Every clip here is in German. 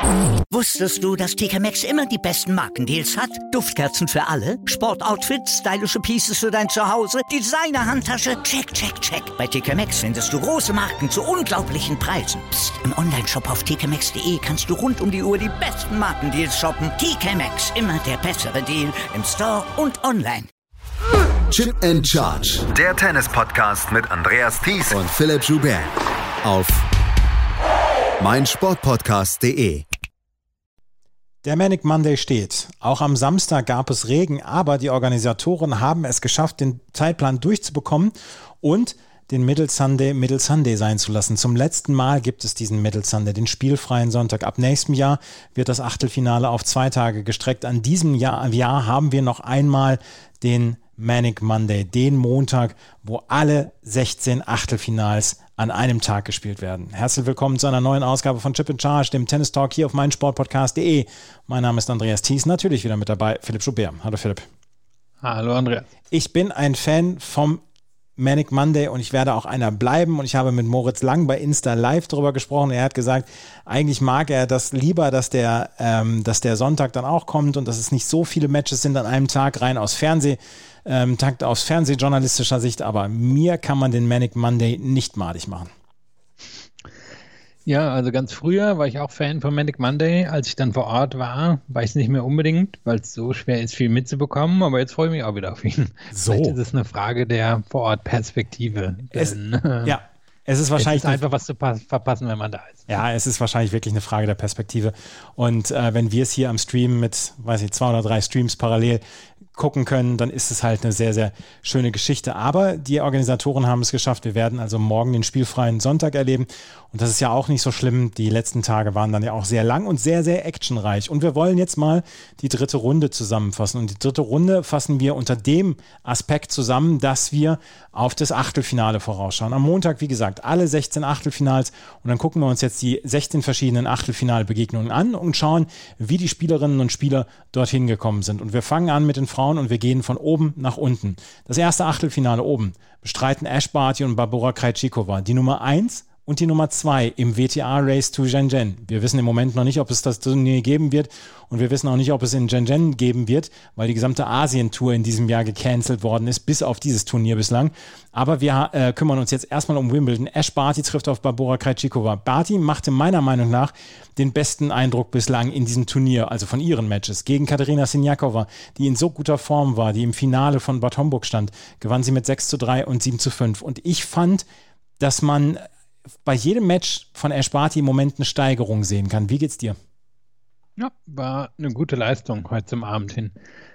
Wusstest du, dass TK Maxx immer die besten Markendeals hat? Duftkerzen für alle, Sportoutfits, stylische Pieces für dein Zuhause, Designer-Handtasche, check, check, check. Bei TK Maxx findest du große Marken zu unglaublichen Preisen. Psst. Im Onlineshop auf tkmaxx.de kannst du rund um die Uhr die besten Markendeals shoppen. TK Maxx, immer der bessere Deal im Store und online. Chip and Charge. Der Tennis-Podcast mit Andreas Thies und Philipp Joubert. Auf meinsportpodcast.de. Der Manic Monday steht. Auch am Samstag gab es Regen, aber die Organisatoren haben es geschafft, den Zeitplan durchzubekommen und den Middle Sunday sein zu lassen. Zum letzten Mal gibt es diesen Middle Sunday, den spielfreien Sonntag. Ab nächstem Jahr wird das Achtelfinale auf 2 Tage gestreckt. An diesem Jahr haben wir noch einmal den Manic Monday, den Montag, wo alle 16 Achtelfinals an einem Tag gespielt werden. Herzlich willkommen zu einer neuen Ausgabe von Chip and Charge, dem Tennis Talk hier auf meinsportpodcast.de. Mein Name ist Andreas Thies, natürlich wieder mit dabei Philipp Joubert. Hallo Philipp. Hallo Andreas. Ich bin ein Fan vom Manic Monday und ich werde auch einer bleiben und ich habe mit Moritz Lang bei Insta Live darüber gesprochen. Er hat gesagt, eigentlich mag er das lieber, dass der Sonntag dann auch kommt und dass es nicht so viele Matches sind an einem Tag, rein aus aus fernsehjournalistischer Sicht, aber mir kann man den Manic Monday nicht madig machen. Ja, also ganz früher war ich auch Fan von Manic Monday. Als ich dann vor Ort war ich es nicht mehr unbedingt, weil es so schwer ist, viel mitzubekommen. Aber jetzt freue ich mich auch wieder auf ihn. So. Vielleicht ist es eine Frage der Vor-Ort-Perspektive. Es ist wahrscheinlich einfach was zu verpassen, wenn man da ist. Ja, es ist wahrscheinlich wirklich eine Frage der Perspektive. Und wenn wir es hier am Stream mit, 2 oder 3 Streams parallel gucken können, dann ist es halt eine sehr, sehr schöne Geschichte. Aber die Organisatoren haben es geschafft. Wir werden also morgen den spielfreien Sonntag erleben. Und das ist ja auch nicht so schlimm. Die letzten Tage waren dann ja auch sehr lang und sehr, sehr actionreich. Und wir wollen jetzt mal die dritte Runde zusammenfassen. Und die dritte Runde fassen wir unter dem Aspekt zusammen, dass wir auf das Achtelfinale vorausschauen. Am Montag, wie gesagt, alle 16 Achtelfinals. Und dann gucken wir uns jetzt die 16 verschiedenen Achtelfinalbegegnungen an und schauen, wie die Spielerinnen und Spieler dorthin gekommen sind. Und wir fangen an mit den Frauen und wir gehen von oben nach unten. Das erste Achtelfinale oben bestreiten Ash Barty und Barbora Krejcikova, die Nummer 1 und die Nummer 2 im WTA-Race to Shenzhen. Wir wissen im Moment noch nicht, ob es das Turnier geben wird und wir wissen auch nicht, ob es in Shenzhen geben wird, weil die gesamte Asien-Tour in diesem Jahr gecancelt worden ist, bis auf dieses Turnier bislang. Aber wir kümmern uns jetzt erstmal um Wimbledon. Ash Barty trifft auf Barbora Krejcikova. Barty machte meiner Meinung nach den besten Eindruck bislang in diesem Turnier, also von ihren Matches. Gegen Katerina Siniakova, die in so guter Form war, die im Finale von Bad Homburg stand, gewann sie mit 6:3 und 7:5. Und ich fand, dass man bei jedem Match von Ash Barty im Moment eine Steigerung sehen kann. Wie geht's dir? Ja, war eine gute Leistung heute zum Abend hin.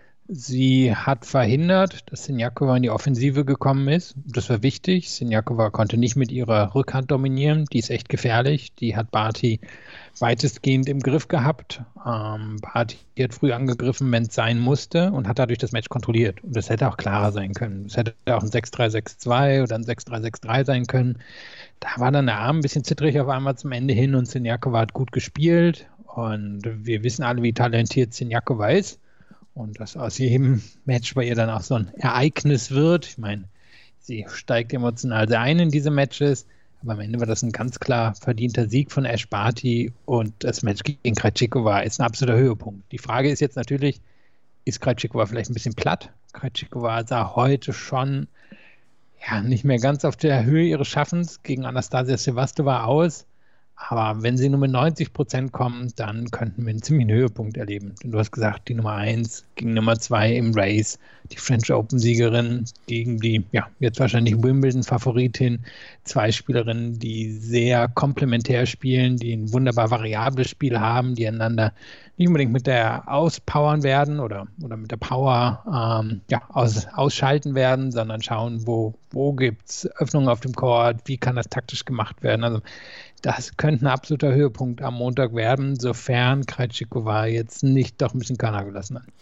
Sie hat verhindert, dass Siniakova in die Offensive gekommen ist. Das war wichtig. Siniakova konnte nicht mit ihrer Rückhand dominieren. Die ist echt gefährlich. Die hat Barty weitestgehend im Griff gehabt. Barty hat früh angegriffen, wenn es sein musste und hat dadurch das Match kontrolliert. Und das hätte auch klarer sein können. Es hätte auch ein 6-3, 6-2 oder ein 6-3, 6-3 sein können. Da war dann der Arm ein bisschen zittrig auf einmal zum Ende hin und Siniakova hat gut gespielt. Und wir wissen alle, wie talentiert Siniakova ist. Und dass aus jedem Match bei ihr dann auch so ein Ereignis wird. Ich meine, sie steigt emotional sehr ein in diese Matches. Aber am Ende war das ein ganz klar verdienter Sieg von Ash Barty. Und das Match gegen Krejcikova ist ein absoluter Höhepunkt. Die Frage ist jetzt natürlich, ist Krejcikova vielleicht ein bisschen platt? Krejcikova sah heute schon nicht mehr ganz auf der Höhe ihres Schaffens gegen Anastasia Sevastova aus. Aber wenn sie nur mit 90% kommen, dann könnten wir einen ziemlichen Höhepunkt erleben. Denn du hast gesagt, die Nummer 1 gegen Nummer 2 im Race, die French Open-Siegerin gegen die, jetzt wahrscheinlich Wimbledon-Favoritin, 2 Spielerinnen, die sehr komplementär spielen, die ein wunderbar variables Spiel haben, die einander nicht unbedingt mit der auspowern werden oder mit der Power ausschalten werden, sondern schauen, wo gibt es Öffnungen auf dem Court, wie kann das taktisch gemacht werden. Also das könnte ein absoluter Höhepunkt am Montag werden, sofern Krejcikova jetzt nicht doch ein bisschen Körner gelassen hat.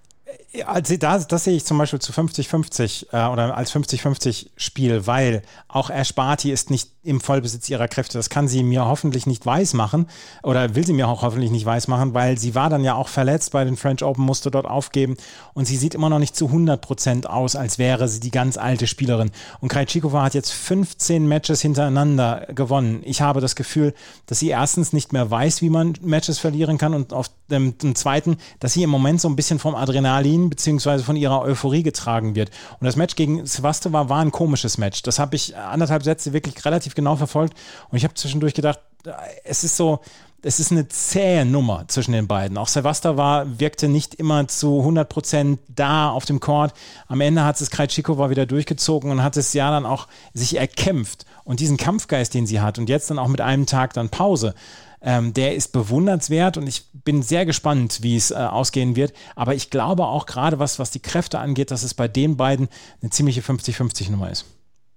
Also das sehe ich zum Beispiel zu 50-50 oder als 50-50 Spiel, weil auch Ash Barty ist nicht im Vollbesitz ihrer Kräfte. Das kann sie mir hoffentlich nicht weismachen oder will sie mir auch hoffentlich nicht weismachen, weil sie war dann ja auch verletzt bei den French Open, musste dort aufgeben und sie sieht immer noch nicht zu 100% aus, als wäre sie die ganz alte Spielerin. Und Krejcikova hat jetzt 15 Matches hintereinander gewonnen. Ich habe das Gefühl, dass sie erstens nicht mehr weiß, wie man Matches verlieren kann und auf dem zweiten, dass sie im Moment so ein bisschen vom Adrenalin bzw. von ihrer Euphorie getragen wird. Und das Match gegen Sevastova war ein komisches Match. Das habe ich 1,5 Sätze wirklich relativ genau verfolgt und ich habe zwischendurch gedacht, es ist eine zähe Nummer zwischen den beiden. Auch Sevastova wirkte nicht immer zu 100% da auf dem Court. Am Ende hat es Krejcikova wieder durchgezogen und hat es ja dann auch sich erkämpft. Und diesen Kampfgeist, den sie hat und jetzt dann auch mit einem Tag dann Pause, der ist bewundernswert und ich bin sehr gespannt, wie es ausgehen wird. Aber ich glaube auch gerade, was die Kräfte angeht, dass es bei den beiden eine ziemliche 50-50-Nummer ist.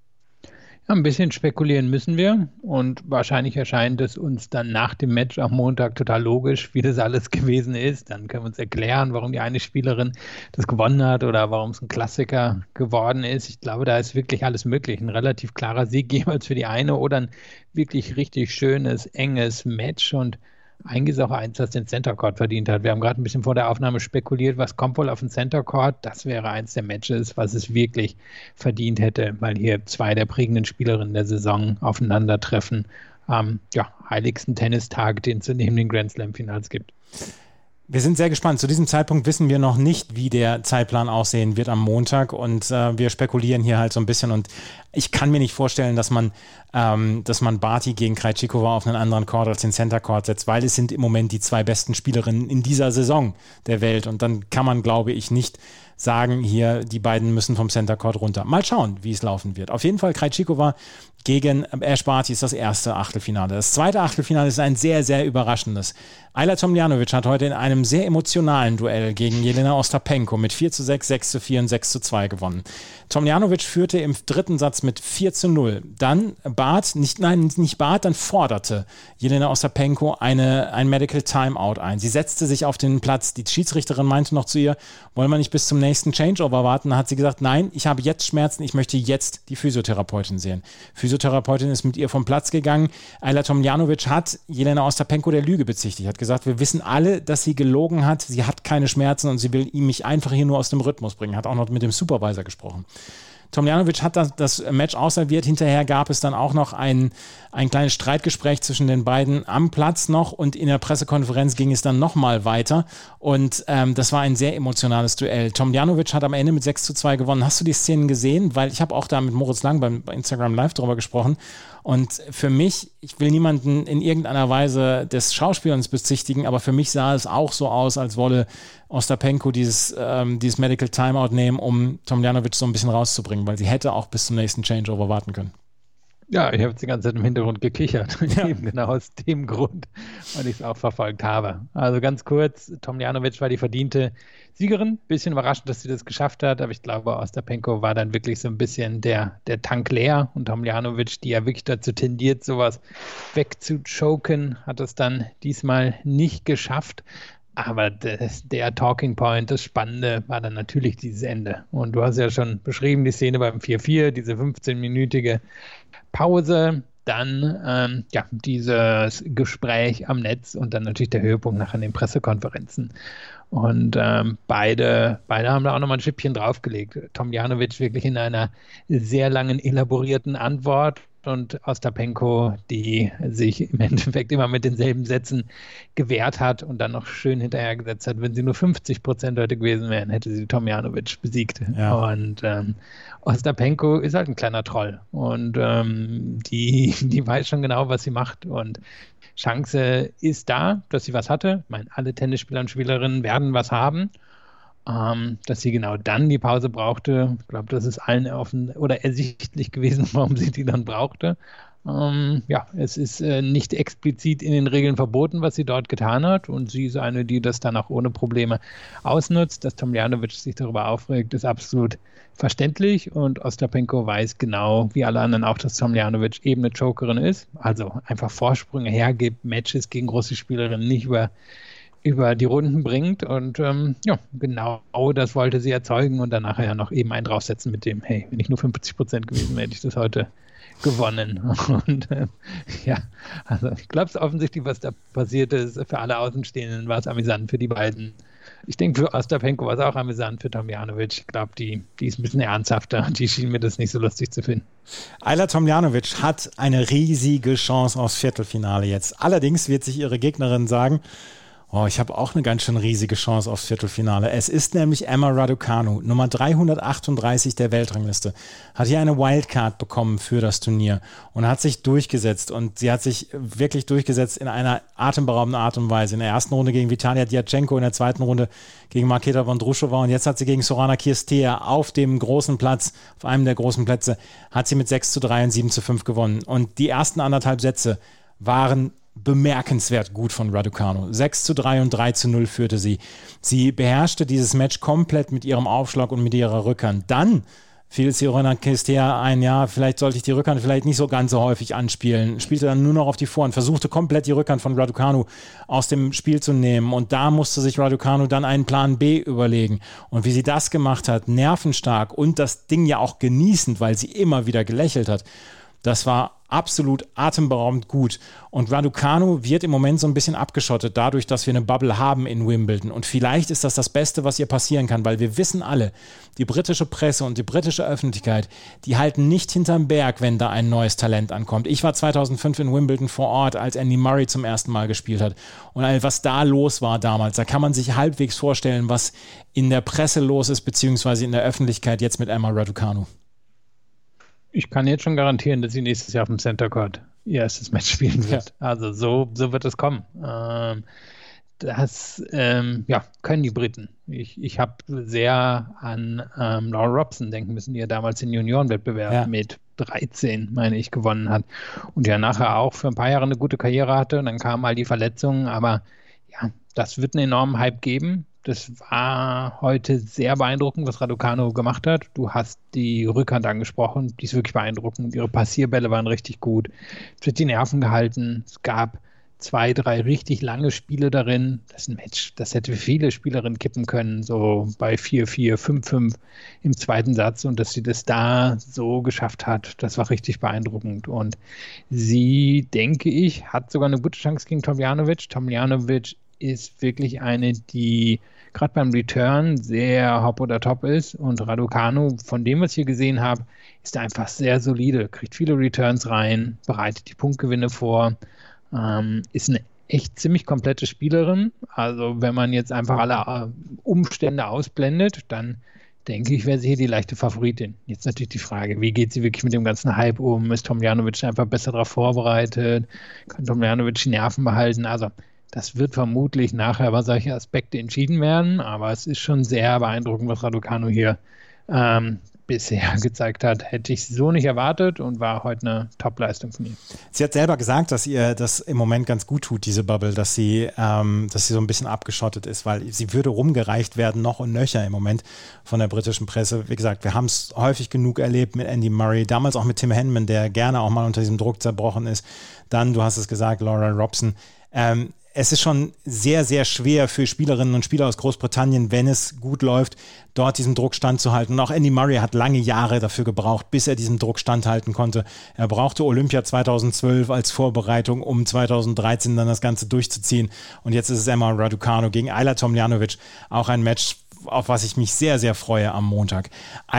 Ja, ein bisschen spekulieren müssen wir und wahrscheinlich erscheint es uns dann nach dem Match am Montag total logisch, wie das alles gewesen ist. Dann können wir uns erklären, warum die eine Spielerin das gewonnen hat oder warum es ein Klassiker geworden ist. Ich glaube, da ist wirklich alles möglich. Ein relativ klarer Sieg jeweils für die eine oder ein wirklich richtig schönes, enges Match und eigentlich ist auch eins, das den Center Court verdient hat. Wir haben gerade ein bisschen vor der Aufnahme spekuliert, was kommt wohl auf den Center Court. Das wäre eins der Matches, was es wirklich verdient hätte, weil hier zwei der prägenden Spielerinnen der Saison aufeinandertreffen. Am heiligsten Tennistag, den es neben den Grand Slam-Finals gibt. Wir sind sehr gespannt. Zu diesem Zeitpunkt wissen wir noch nicht, wie der Zeitplan aussehen wird am Montag und wir spekulieren hier halt so ein bisschen und ich kann mir nicht vorstellen, dass man Barty gegen Krejcikova auf einen anderen Court als den Center Court setzt, weil es sind im Moment die zwei besten Spielerinnen in dieser Saison der Welt und dann kann man, glaube ich, nicht sagen, hier, die beiden müssen vom Center Court runter. Mal schauen, wie es laufen wird. Auf jeden Fall Krejcikova gegen Ash Barty ist das erste Achtelfinale. Das zweite Achtelfinale ist ein sehr, sehr überraschendes. Ajla Tomljanovic hat heute in einem sehr emotionalen Duell gegen Jelena Ostapenko mit 4:6, 6:4 und 6:2 gewonnen. Tomljanovic führte im dritten Satz mit 4:0. Dann dann forderte Jelena Ostapenko ein Medical Timeout ein. Sie setzte sich auf den Platz. Die Schiedsrichterin meinte noch zu ihr, wollen wir nicht bis zum nächsten Changeover warten? Da hat sie gesagt, nein, ich habe jetzt Schmerzen, ich möchte jetzt die Physiotherapeutin sehen. Physiotherapeutin ist mit ihr vom Platz gegangen. Ajla Tomljanovic hat Jelena Ostapenko der Lüge bezichtigt. Hat gesagt, wir wissen alle, dass sie gelogen hat. Sie hat keine Schmerzen und sie will mich einfach hier nur aus dem Rhythmus bringen. Hat auch noch mit dem Supervisor gesprochen. Tomljanovic hat das Match ausserviert. Hinterher gab es dann auch noch ein kleines Streitgespräch zwischen den beiden am Platz noch und in der Pressekonferenz ging es dann nochmal weiter und das war ein sehr emotionales Duell. Tomljanovic hat am Ende mit 6:2 gewonnen. Hast du die Szenen gesehen? Weil ich habe auch da mit Moritz Lang bei Instagram Live drüber gesprochen und für mich, ich will niemanden in irgendeiner Weise des Schauspielens bezichtigen, aber für mich sah es auch so aus, als wolle Ostapenko dieses Medical Timeout nehmen, um Tomljanovic so ein bisschen rauszubringen, weil sie hätte auch bis zum nächsten Changeover warten können. Ja, ich habe die ganze Zeit im Hintergrund gekichert, eben genau aus dem Grund, weil ich es auch verfolgt habe. Also ganz kurz, Tomljanovic war die verdiente Siegerin. Bisschen überraschend, dass sie das geschafft hat, aber ich glaube, Ostapenko war dann wirklich so ein bisschen der Tank leer und Tomljanovic, die ja wirklich dazu tendiert, sowas wegzuchoken, hat es dann diesmal nicht geschafft. Aber der Talking Point, das Spannende war dann natürlich dieses Ende. Und du hast ja schon beschrieben, die Szene beim 4:4, diese 15-minütige Pause, dann dieses Gespräch am Netz und dann natürlich der Höhepunkt nachher in den Pressekonferenzen. Und beide haben da auch nochmal ein Schippchen draufgelegt. Tomljanovic wirklich in einer sehr langen, elaborierten Antwort und Ostapenko, die sich im Endeffekt immer mit denselben Sätzen gewehrt hat und dann noch schön hinterhergesetzt hat, wenn sie nur 50% heute gewesen wären, hätte sie Tomljanovic besiegt. Ja. Und Ostapenko ist halt ein kleiner Troll und die weiß schon genau, was sie macht und Chance ist da, dass sie was hatte. Ich meine, alle Tennisspieler und Spielerinnen werden was haben. Dass sie genau dann die Pause brauchte. Ich glaube, das ist allen offen oder ersichtlich gewesen, warum sie die dann brauchte. Es ist nicht explizit in den Regeln verboten, was sie dort getan hat. Und sie ist eine, die das dann auch ohne Probleme ausnutzt. Dass Tomljanovic sich darüber aufregt, ist absolut verständlich. Und Ostapenko weiß genau, wie alle anderen auch, dass Tomljanovic eben eine Jokerin ist. Also einfach Vorsprünge hergibt, Matches gegen große Spielerinnen nicht über die Runden bringt und genau das wollte sie erzeugen und danach ja noch eben einen draufsetzen mit dem, hey, wenn ich nur 50% gewesen wäre, hätte ich das heute gewonnen. Und also ich glaube es offensichtlich, was da passiert ist. Für alle Außenstehenden war es amüsant, für die beiden. Ich denke, für Ostapenko war es auch amüsant, für Tomljanovic. Ich glaube, die ist ein bisschen ernsthafter. Die schien mir das nicht so lustig zu finden. Ajla Tomljanovic hat eine riesige Chance aufs Viertelfinale jetzt. Allerdings wird sich ihre Gegnerin sagen, ich habe auch eine ganz schön riesige Chance aufs Viertelfinale. Es ist nämlich Emma Raducanu, Nummer 338 der Weltrangliste, hat hier eine Wildcard bekommen für das Turnier und hat sich durchgesetzt. Und sie hat sich wirklich durchgesetzt in einer atemberaubenden Art und Weise. In der ersten Runde gegen Vitalia Diatschenko, in der zweiten Runde gegen Marketa Vondrushova und jetzt hat sie gegen Sorana Cirstea auf dem großen Platz, auf einem der großen Plätze, hat sie mit 6:3 und 7:5 gewonnen. Und die ersten 1,5 Sätze waren bemerkenswert gut von Raducanu. 6:3 und 3:0 führte sie. Sie beherrschte dieses Match komplett mit ihrem Aufschlag und mit ihrer Rückhand. Dann fiel Sorana Cirstea ein, vielleicht sollte ich die Rückhand vielleicht nicht so ganz so häufig anspielen. Spielte dann nur noch auf die Vorhand, versuchte komplett die Rückhand von Raducanu aus dem Spiel zu nehmen. Und da musste sich Raducanu dann einen Plan B überlegen. Und wie sie das gemacht hat, nervenstark und das Ding ja auch genießend, weil sie immer wieder gelächelt hat, das war absolut atemberaubend gut. Und Raducanu wird im Moment so ein bisschen abgeschottet, dadurch, dass wir eine Bubble haben in Wimbledon. Und vielleicht ist das das Beste, was ihr passieren kann, weil wir wissen alle, die britische Presse und die britische Öffentlichkeit, die halten nicht hinterm Berg, wenn da ein neues Talent ankommt. Ich war 2005 in Wimbledon vor Ort, als Andy Murray zum ersten Mal gespielt hat. Und was da los war damals, da kann man sich halbwegs vorstellen, was in der Presse los ist, beziehungsweise in der Öffentlichkeit jetzt mit Emma Raducanu. Ich kann jetzt schon garantieren, dass sie nächstes Jahr auf dem Center Court ihr erstes Match spielen wird. Ja. Also so wird es kommen. Das können die Briten. Ich habe sehr an Laura Robson denken müssen, die ja damals den Juniorenwettbewerb mit 13, meine ich, gewonnen hat. Und ja nachher auch für ein paar Jahre eine gute Karriere hatte. Und dann kamen all die Verletzungen. Aber ja, das wird einen enormen Hype geben. Das war heute sehr beeindruckend, was Raducanu gemacht hat. Du hast die Rückhand angesprochen, die ist wirklich beeindruckend. Ihre Passierbälle waren richtig gut. Es wird die Nerven gehalten. Es gab 2, 3 richtig lange Spiele darin. Das ist ein Match, das hätte viele Spielerinnen kippen können, so bei 4-4, 5-5 im zweiten Satz. Und dass sie das da so geschafft hat, das war richtig beeindruckend. Und sie, denke ich, hat sogar eine gute Chance gegen Tomljanovic. Tomljanovic ist wirklich eine, die gerade beim Return sehr hopp oder top ist. Und Raducanu, von dem, was ich hier gesehen habe, ist einfach sehr solide, kriegt viele Returns rein, bereitet die Punktgewinne vor, ist eine echt ziemlich komplette Spielerin. Also wenn man jetzt einfach alle Umstände ausblendet, dann denke ich, wäre sie hier die leichte Favoritin. Jetzt natürlich die Frage, wie geht sie wirklich mit dem ganzen Hype um? Ist Tomljanovic einfach besser darauf vorbereitet? Kann Tomljanovic die Nerven behalten? Also das wird vermutlich nachher über solche Aspekte entschieden werden, aber es ist schon sehr beeindruckend, was Raducanu hier bisher gezeigt hat. Hätte ich so nicht erwartet und war heute eine Top-Leistung von ihr. Sie hat selber gesagt, dass ihr das im Moment ganz gut tut, diese Bubble, dass sie so ein bisschen abgeschottet ist, weil sie würde rumgereicht werden, noch und nöcher im Moment von der britischen Presse. Wie gesagt, wir haben es häufig genug erlebt mit Andy Murray, damals auch mit Tim Henman, der gerne auch mal unter diesem Druck zerbrochen ist. Dann, du hast es gesagt, Laura Robson. Es ist schon sehr, sehr schwer für Spielerinnen und Spieler aus Großbritannien, wenn es gut läuft, dort diesem Druck standzuhalten. Und auch Andy Murray hat lange Jahre dafür gebraucht, bis er diesem Druck standhalten konnte. Er brauchte Olympia 2012 als Vorbereitung, um 2013 dann das Ganze durchzuziehen. Und jetzt ist es Emma Raducanu gegen Ajla Tomljanovic, auch ein Match, auf was ich mich sehr, sehr freue am Montag.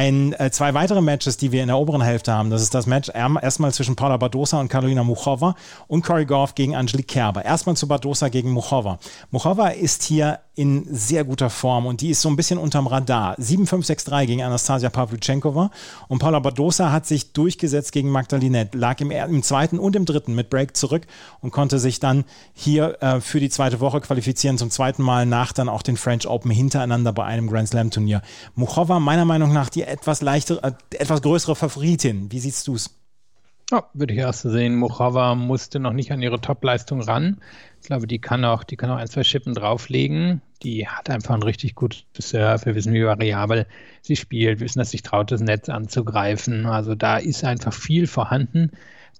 2 weitere Matches, die wir in der oberen Hälfte haben, das ist das Match erstmal zwischen Paula Badosa und Karolina Muchova und Corey Goff gegen Angelique Kerber. Erstmal zu Badosa gegen Muchova. Muchova ist hier in sehr guter Form und die ist so ein bisschen unterm Radar. 7-5, 6-3 gegen Anastasia Pavlyuchenkova und Paula Badosa hat sich durchgesetzt gegen Magdalena, lag im zweiten und im dritten mit Break zurück und konnte sich dann hier für die zweite Woche qualifizieren, zum zweiten Mal nach dann auch den French Open hintereinander bei einem Grand Slam Turnier. Muchova meiner Meinung nach die etwas größere Favoritin. Wie siehst du es? Ja, würde ich erst so sehen. Muchova musste noch nicht an ihre Top-Leistung ran. Ich glaube, die kann auch 1, 2 Schippen drauflegen. Die hat einfach ein richtig gutes Serve. Wir wissen, wie variabel sie spielt. Wir wissen, dass sich traut, das Netz anzugreifen. Also da ist einfach viel vorhanden.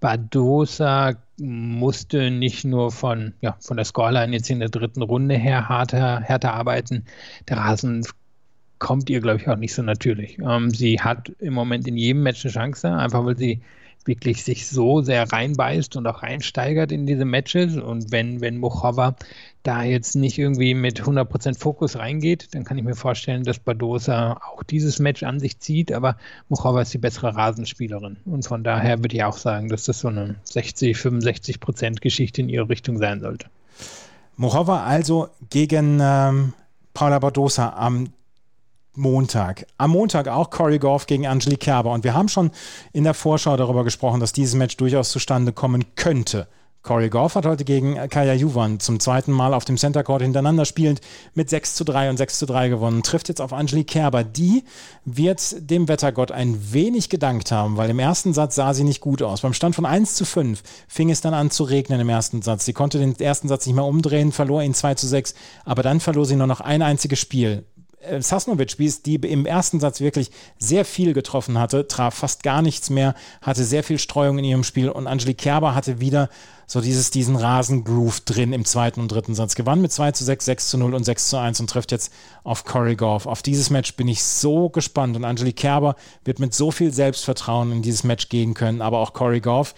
Badosa musste nicht nur von der Scoreline jetzt in der dritten Runde her härter arbeiten. Der Rasen kommt ihr, glaube ich, auch nicht so natürlich. Sie hat im Moment in jedem Match eine Chance, einfach weil sie wirklich sich so sehr reinbeißt und auch reinsteigert in diese Matches. Und wenn Muchova da jetzt nicht irgendwie mit 100% Fokus reingeht, dann kann ich mir vorstellen, dass Badosa auch dieses Match an sich zieht, aber Muchova ist die bessere Rasenspielerin. Und von daher würde ich auch sagen, dass das so eine 60-65% Geschichte in ihre Richtung sein sollte. Muchova also gegen Paula Badosa am Montag. Am Montag auch Corey Goff gegen Angelique Kerber. Und wir haben schon in der Vorschau darüber gesprochen, dass dieses Match durchaus zustande kommen könnte. Corey Goff hat heute gegen Kaja Juvan zum zweiten Mal auf dem Center Court hintereinander spielend mit 6:3 und 6:3 gewonnen. Trifft jetzt auf Angelique Kerber. Die wird dem Wettergott ein wenig gedankt haben, weil im ersten Satz sah sie nicht gut aus. Beim Stand von 1:5 fing es dann an zu regnen im ersten Satz. Sie konnte den ersten Satz nicht mehr umdrehen, verlor ihn 2:6, aber dann verlor sie nur noch ein einziges Spiel. Sasnovic, die im ersten Satz wirklich sehr viel getroffen hatte, traf fast gar nichts mehr, hatte sehr viel Streuung in ihrem Spiel und Angelique Kerber hatte wieder so diesen Rasengroove drin im zweiten und dritten Satz. Gewann mit 2:6, 6:0 und 6:1 und trifft jetzt auf Corey Goff. Auf dieses Match bin ich so gespannt und Angelique Kerber wird mit so viel Selbstvertrauen in dieses Match gehen können, aber auch Corey Goff,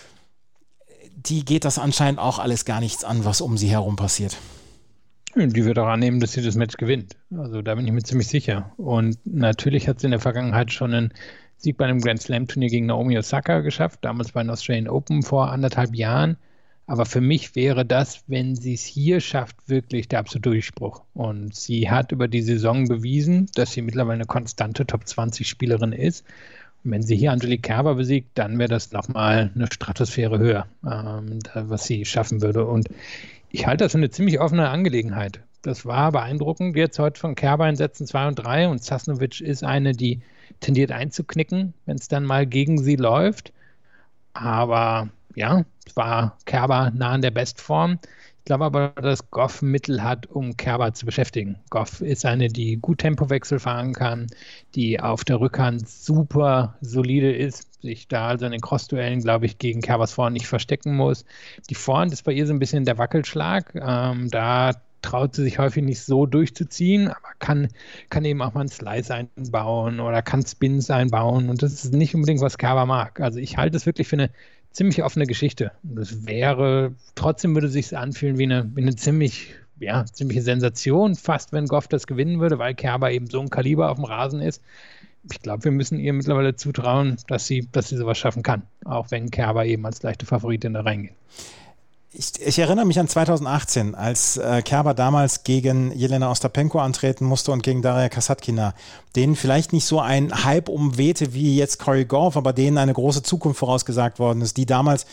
die geht das anscheinend auch alles gar nichts an, was um sie herum passiert. Die wird auch annehmen, dass sie das Match gewinnt. Also da bin ich mir ziemlich sicher. Und natürlich hat sie in der Vergangenheit schon einen Sieg bei einem Grand Slam Turnier gegen Naomi Osaka geschafft, damals bei den Australian Open vor 1,5 Jahren. Aber für mich wäre das, wenn sie es hier schafft, wirklich der absolute Durchbruch. Und sie hat über die Saison bewiesen, dass sie mittlerweile eine konstante Top-20-Spielerin ist. Und wenn sie hier Angelique Kerber besiegt, dann wäre das nochmal eine Stratosphäre höher, was sie schaffen würde. Und ich halte das für eine ziemlich offene Angelegenheit. Das war beeindruckend jetzt heute von Kerber in Sätzen 2 und 3 und Sasnovic ist eine, die tendiert einzuknicken, wenn es dann mal gegen sie läuft. Aber ja, es war Kerber nah an der Bestform. Ich glaube aber, dass Goff Mittel hat, um Kerber zu beschäftigen. Goff ist eine, die gut Tempowechsel fahren kann, die auf der Rückhand super solide ist, sich da also in den Cross-Duellen, glaube ich, gegen Kerbers Vorhand nicht verstecken muss. Die Vorhand ist bei ihr so ein bisschen der Wackelschlag. Da traut sie sich häufig nicht so durchzuziehen, aber kann eben auch mal einen Slice einbauen oder kann Spins einbauen und das ist nicht unbedingt, was Kerber mag. Also ich halte es wirklich für eine ziemlich offene Geschichte. Und das wäre, trotzdem würde es sich anfühlen wie eine ziemliche Sensation, fast wenn Goff das gewinnen würde, weil Kerber eben so ein Kaliber auf dem Rasen ist. Ich glaube, wir müssen ihr mittlerweile zutrauen, dass sie sowas schaffen kann, auch wenn Kerber eben als leichte Favoritin da reingeht. Ich erinnere mich an 2018, als Kerber damals gegen Jelena Ostapenko antreten musste und gegen Daria Kasatkina, denen vielleicht nicht so ein Hype umwehte wie jetzt Corey Goff, aber denen eine große Zukunft vorausgesagt worden ist, die damals,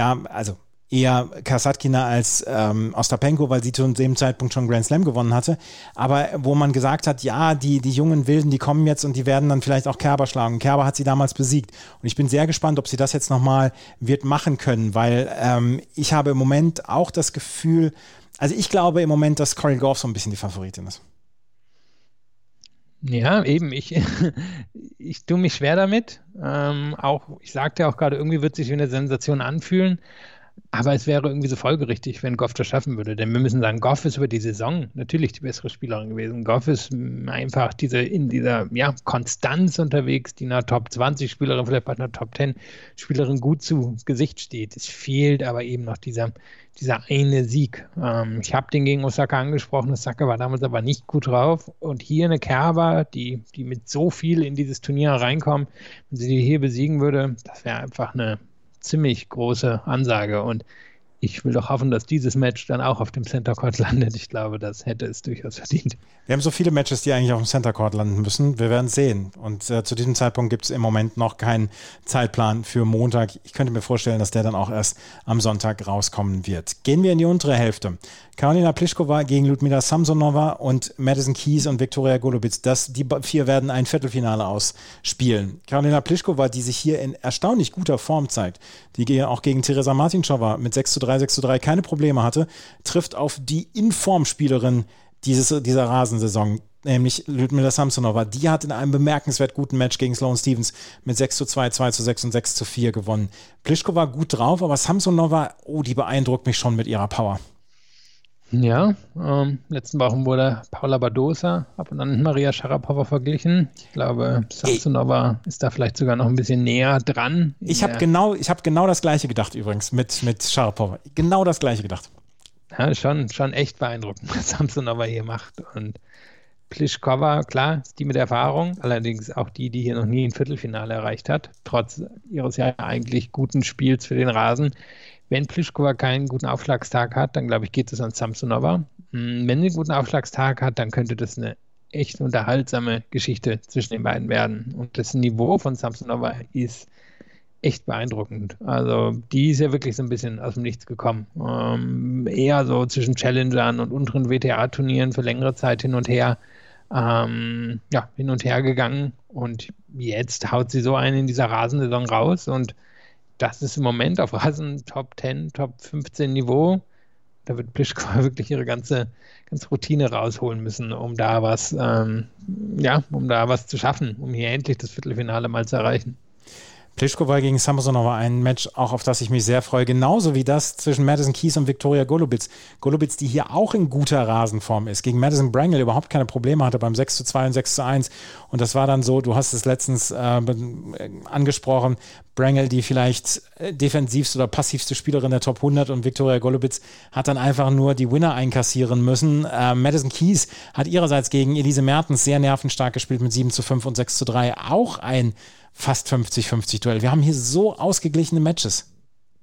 eher Kasatkina als Ostapenko, weil sie zu dem Zeitpunkt schon Grand Slam gewonnen hatte, aber wo man gesagt hat, ja, die jungen Wilden, die kommen jetzt und die werden dann vielleicht auch Kerber schlagen. Kerber hat sie damals besiegt und ich bin sehr gespannt, ob sie das jetzt nochmal wird machen können, weil ich habe im Moment auch das Gefühl, also ich glaube im Moment, dass Corey Goff so ein bisschen die Favoritin ist. Ja, eben, ich tue mich schwer damit. Ich sagte ja auch gerade, irgendwie wird sich wie eine Sensation anfühlen. Aber es wäre irgendwie so folgerichtig, wenn Goff das schaffen würde. Denn wir müssen sagen, Goff ist über die Saison natürlich die bessere Spielerin gewesen. Goff ist einfach in dieser Konstanz unterwegs, die einer Top-20-Spielerin, vielleicht bei einer Top-10-Spielerin gut zu Gesicht steht. Es fehlt aber eben noch dieser eine Sieg. Ich habe den gegen Osaka angesprochen. Osaka war damals aber nicht gut drauf. Und hier eine Kerber, die mit so viel in dieses Turnier reinkommt, wenn sie die hier besiegen würde, das wäre einfach eine ziemlich große Ansage und ich will doch hoffen, dass dieses Match dann auch auf dem Center Court landet. Ich glaube, das hätte es durchaus verdient. Wir haben so viele Matches, die eigentlich auf dem Center Court landen müssen. Wir werden es sehen. Und zu diesem Zeitpunkt gibt es im Moment noch keinen Zeitplan für Montag. Ich könnte mir vorstellen, dass der dann auch erst am Sonntag rauskommen wird. Gehen wir in die untere Hälfte. Karolina Pliskova gegen Ludmila Samsonova und Madison Keys und Viktoria Golubic. Die 4 werden ein Viertelfinale ausspielen. Karolina Pliskova, die sich hier in erstaunlich guter Form zeigt, die auch gegen Teresa Martincova mit 6:3, 6:3 keine Probleme hatte, trifft auf die Informspielerin dieser Rasensaison, nämlich Ludmila Samsonova. Die hat in einem bemerkenswert guten Match gegen Sloane Stephens mit 6:2, 2:6 und 6:4 gewonnen. Pliskova gut drauf, aber Samsonova, die beeindruckt mich schon mit ihrer Power. Ja, letzten Wochen wurde Paula Badosa ab und an mit Maria Sharapova verglichen. Ich glaube, Samsonova ist da vielleicht sogar noch ein bisschen näher dran. Ich habe genau das Gleiche gedacht übrigens mit Sharapova. Genau das Gleiche gedacht. Ja, schon echt beeindruckend, was Samsonova hier macht. Und Pliskova, klar, ist die mit Erfahrung, allerdings auch die hier noch nie ein Viertelfinale erreicht hat, trotz ihres ja eigentlich guten Spiels für den Rasen. Wenn Pliskova keinen guten Aufschlagstag hat, dann glaube ich, geht es an Samsonova. Wenn sie einen guten Aufschlagstag hat, dann könnte das eine echt unterhaltsame Geschichte zwischen den beiden werden. Und das Niveau von Samsonova ist echt beeindruckend. Also die ist ja wirklich so ein bisschen aus dem Nichts gekommen. Eher so zwischen Challengern und unteren WTA-Turnieren für längere Zeit hin und her gegangen. Und jetzt haut sie so einen in dieser Rasensaison raus und das ist im Moment auf Rasen Top 10, Top 15 Niveau. Da wird Pliskova wirklich ihre ganze Routine rausholen müssen, um da was zu schaffen, um hier endlich das Viertelfinale mal zu erreichen. Pliskova gegen Samsonova, ein Match, auch auf das ich mich sehr freue, genauso wie das zwischen Madison Keys und Viktoria Golubic. Golubic, die hier auch in guter Rasenform ist, gegen Madison Brangle überhaupt keine Probleme hatte beim 6:2 und 6:1. Und das war dann so, du hast es letztens angesprochen, Brangle, die vielleicht defensivste oder passivste Spielerin der Top 100 und Viktoria Golubic hat dann einfach nur die Winner einkassieren müssen. Madison Keys hat ihrerseits gegen Elise Mertens sehr nervenstark gespielt mit 7:5 und 6:3. Auch ein fast 50-50 Duell. Wir haben hier so ausgeglichene Matches.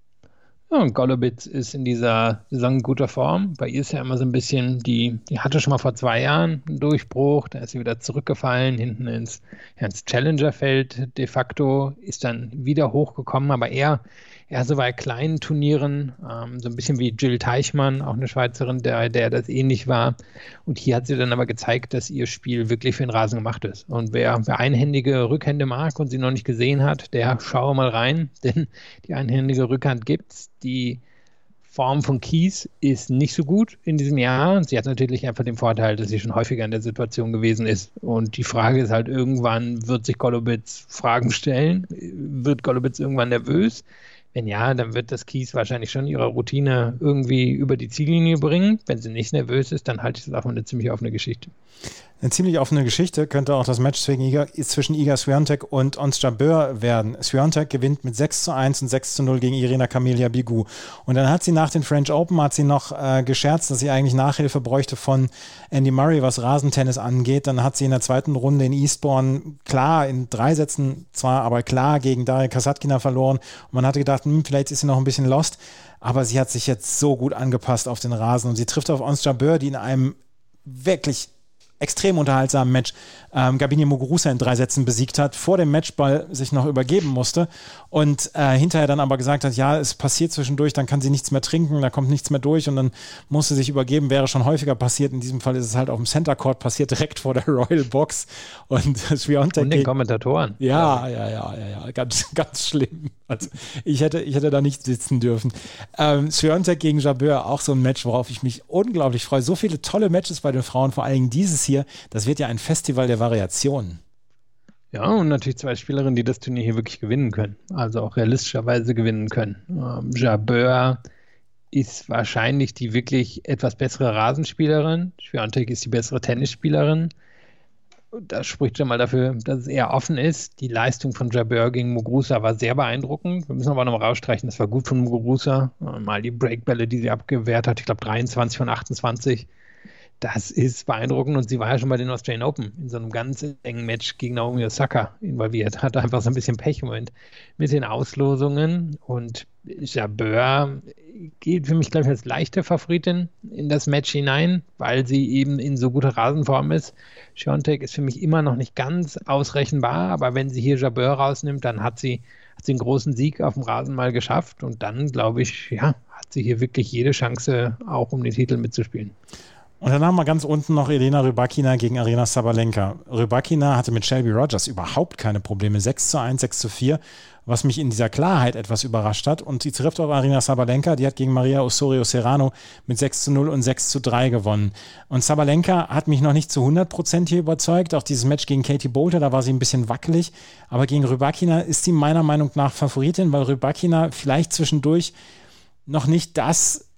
Ja, und Golubic ist in dieser Saison in guter Form. Bei ihr ist ja immer so ein bisschen, die hatte schon mal vor 2 Jahren einen Durchbruch, da ist sie wieder zurückgefallen, hinten ins Challenger-Feld de facto, ist dann wieder hochgekommen, aber eher so bei kleinen Turnieren, so ein bisschen wie Jill Teichmann, auch eine Schweizerin, der das ähnlich war. Und hier hat sie dann aber gezeigt, dass ihr Spiel wirklich für den Rasen gemacht ist. Und wer einhändige Rückhände mag und sie noch nicht gesehen hat, der schaue mal rein, denn die einhändige Rückhand gibt's. Die Form von Keys ist nicht so gut in diesem Jahr. Sie hat natürlich einfach den Vorteil, dass sie schon häufiger in der Situation gewesen ist. Und die Frage ist halt, irgendwann wird sich Golubic Fragen stellen. Wird Golubic irgendwann nervös? Wenn ja, dann wird das Keys wahrscheinlich schon ihre Routine irgendwie über die Ziellinie bringen. Wenn sie nicht nervös ist, dann halte ich das auch für eine ziemlich offene Geschichte. Eine ziemlich offene Geschichte könnte auch das Match zwischen Iga Swiatek und Ons Jabeur werden. Swiatek gewinnt mit 6:1 und 6:0 gegen Irina Camelia Begu. Und dann hat sie nach den French Open noch gescherzt, dass sie eigentlich Nachhilfe bräuchte von Andy Murray, was Rasentennis angeht. Dann hat sie in der zweiten Runde in Eastbourne klar, in 3 Sätzen zwar, aber klar gegen Daria Kasatkina verloren. Und man hatte gedacht, vielleicht ist sie noch ein bisschen lost. Aber sie hat sich jetzt so gut angepasst auf den Rasen. Und sie trifft auf Ons Jabeur, die in einem wirklich extrem unterhaltsamen Match Gabine Muguruza in 3 Sätzen besiegt hat, vor dem Matchball sich noch übergeben musste und hinterher dann aber gesagt hat, ja, es passiert zwischendurch, dann kann sie nichts mehr trinken, da kommt nichts mehr durch und dann muss sie sich übergeben, wäre schon häufiger passiert. In diesem Fall ist es halt auf dem Center Court passiert, direkt vor der Royal Box und Swiatek und den Kommentatoren. Ja, ganz, ganz schlimm. Also ich hätte da nicht sitzen dürfen. Swiatek gegen Jabeur, auch so ein Match, worauf ich mich unglaublich freue. So viele tolle Matches bei den Frauen, vor allem dieses hier, das wird ja ein Festival der Variationen. Ja, und natürlich 2 Spielerinnen, die das Turnier hier wirklich gewinnen können. Also auch realistischerweise gewinnen können. Jabeur ist wahrscheinlich die wirklich etwas bessere Rasenspielerin. Swiatek ist die bessere Tennisspielerin. Das spricht schon mal dafür, dass es eher offen ist. Die Leistung von Jabeur gegen Muguruza war sehr beeindruckend. Wir müssen aber noch mal rausstreichen, das war gut von Muguruza. Mal die Breakbälle, die sie abgewehrt hat, ich glaube 23 von 28. Das ist beeindruckend und sie war ja schon bei den Australian Open in so einem ganz engen Match gegen Naomi Osaka involviert. Hatte einfach so ein bisschen Pech im Moment mit den Auslosungen und Jabeur geht für mich, glaube ich, als leichte Favoritin in das Match hinein, weil sie eben in so guter Rasenform ist. Swiatek ist für mich immer noch nicht ganz ausrechenbar, aber wenn sie hier Jabeur rausnimmt, dann hat sie einen großen Sieg auf dem Rasen mal geschafft und dann, glaube ich, hat sie hier wirklich jede Chance, auch um den Titel mitzuspielen. Und dann haben wir ganz unten noch Elena Rybakina gegen Aryna Sabalenka. Rybakina hatte mit Shelby Rogers überhaupt keine Probleme. 6:1, 6:4, was mich in dieser Klarheit etwas überrascht hat. Und sie trifft auf Aryna Sabalenka, die hat gegen Maria Osorio Serrano mit 6:0 und 6:3 gewonnen. Und Sabalenka hat mich noch nicht zu 100% hier überzeugt. Auch dieses Match gegen Katie Boulter, da war sie ein bisschen wackelig. Aber gegen Rybakina ist sie meiner Meinung nach Favoritin, weil Rybakina vielleicht zwischendurch noch nicht das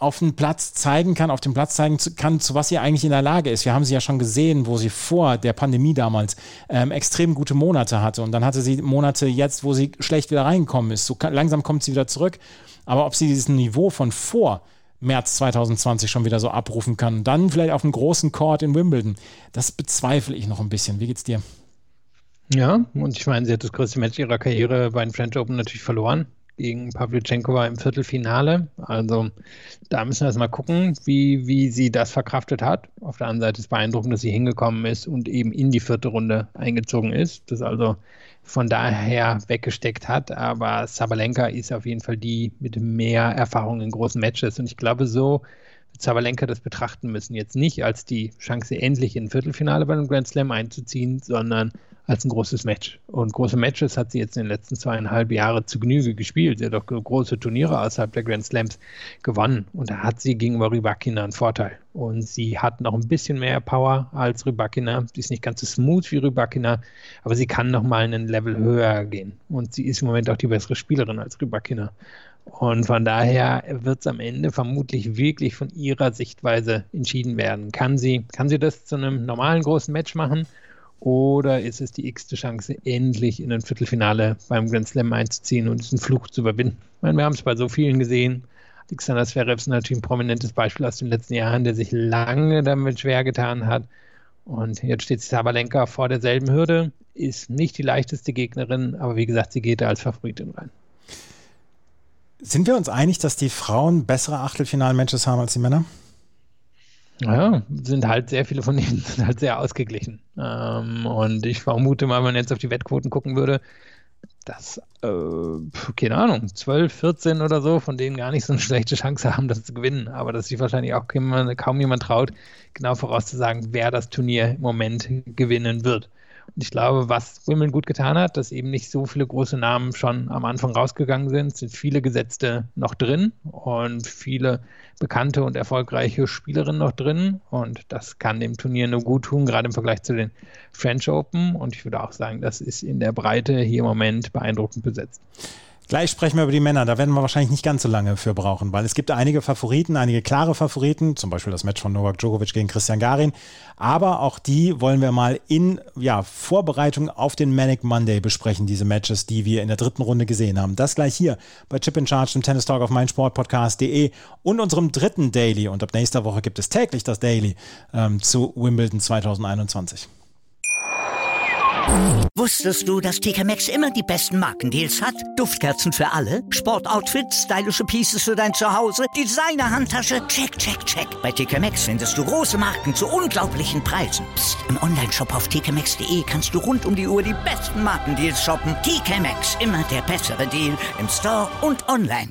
auf den Platz zeigen kann, zu was sie eigentlich in der Lage ist. Wir haben sie ja schon gesehen, wo sie vor der Pandemie damals extrem gute Monate hatte. Und dann hatte sie Monate jetzt, wo sie schlecht wieder reingekommen ist. So langsam kommt sie wieder zurück. Aber ob sie dieses Niveau von vor März 2020 schon wieder so abrufen kann, dann vielleicht auf einem großen Court in Wimbledon, das bezweifle ich noch ein bisschen. Wie geht's dir? Ja, und ich meine, sie hat das größte Match ihrer Karriere bei den French Open natürlich verloren. Gegen Pavlyuchenkova im Viertelfinale. Also da müssen wir erst mal gucken, wie sie das verkraftet hat. Auf der anderen Seite ist beeindruckend, dass sie hingekommen ist und eben in die 4. Runde eingezogen ist. Das also von daher weggesteckt hat. Aber Sabalenka ist auf jeden Fall die mit mehr Erfahrung in großen Matches. Und ich glaube, so wird Sabalenka das betrachten müssen. Jetzt nicht als die Chance, endlich in ein Viertelfinale bei einem Grand Slam einzuziehen, sondern als ein großes Match. Und große Matches hat sie jetzt in den letzten 2,5 Jahren zu Genüge gespielt. Sie hat auch große Turniere außerhalb der Grand Slams gewonnen. Und da hat sie gegenüber Rybakina einen Vorteil. Und sie hat noch ein bisschen mehr Power als Rybakina. Sie ist nicht ganz so smooth wie Rybakina, aber sie kann noch mal einen Level höher gehen. Und sie ist im Moment auch die bessere Spielerin als Rybakina. Und von daher wird es am Ende vermutlich wirklich von ihrer Sichtweise entschieden werden. Kann sie das zu einem normalen großen Match machen? Oder ist es die x-te Chance, endlich in ein Viertelfinale beim Grand Slam einzuziehen und diesen Fluch zu überwinden? Ich meine, wir haben es bei so vielen gesehen. Alexander Zverev ist natürlich ein prominentes Beispiel aus den letzten Jahren, der sich lange damit schwer getan hat. Und jetzt steht Sabalenka vor derselben Hürde, ist nicht die leichteste Gegnerin, aber wie gesagt, sie geht da als Favoritin rein. Sind wir uns einig, dass die Frauen bessere Achtelfinal-Matches haben als die Männer? Ja, sind halt sehr viele von denen sind halt sehr ausgeglichen. Und ich vermute mal, wenn man jetzt auf die Wettquoten gucken würde, dass, keine Ahnung, 12, 14 oder so von denen gar nicht so eine schlechte Chance haben, das zu gewinnen. Aber dass sich wahrscheinlich auch kaum jemand traut, genau vorauszusagen, wer das Turnier im Moment gewinnen wird. Und ich glaube, was Wimbledon gut getan hat, dass eben nicht so viele große Namen schon am Anfang rausgegangen sind viele Gesetzte noch drin und viele bekannte und erfolgreiche Spielerinnen noch drin. Und das kann dem Turnier nur gut tun, gerade im Vergleich zu den French Open. Und ich würde auch sagen, das ist in der Breite hier im Moment beeindruckend besetzt. Gleich sprechen wir über die Männer, da werden wir wahrscheinlich nicht ganz so lange für brauchen, weil es gibt einige Favoriten, einige klare Favoriten, zum Beispiel das Match von Novak Djokovic gegen Christian Garin, aber auch die wollen wir mal in Vorbereitung auf den Manic Monday besprechen, diese Matches, die wir in der 3. Runde gesehen haben. Das gleich hier bei Chip in Charge, dem Tennis Talk auf meinsportpodcast.de und unserem 3. Daily, und ab nächster Woche gibt es täglich das Daily zu Wimbledon 2021. Wusstest du, dass TK Maxx immer die besten Markendeals hat? Duftkerzen für alle, Sportoutfits, stylische Pieces für dein Zuhause, Designer-Handtasche, check, check, check. Bei TK Maxx findest du große Marken zu unglaublichen Preisen. Psst. Im Onlineshop auf tkmaxx.de kannst du rund um die Uhr die besten Markendeals shoppen. TK Maxx, immer der bessere Deal im Store und online.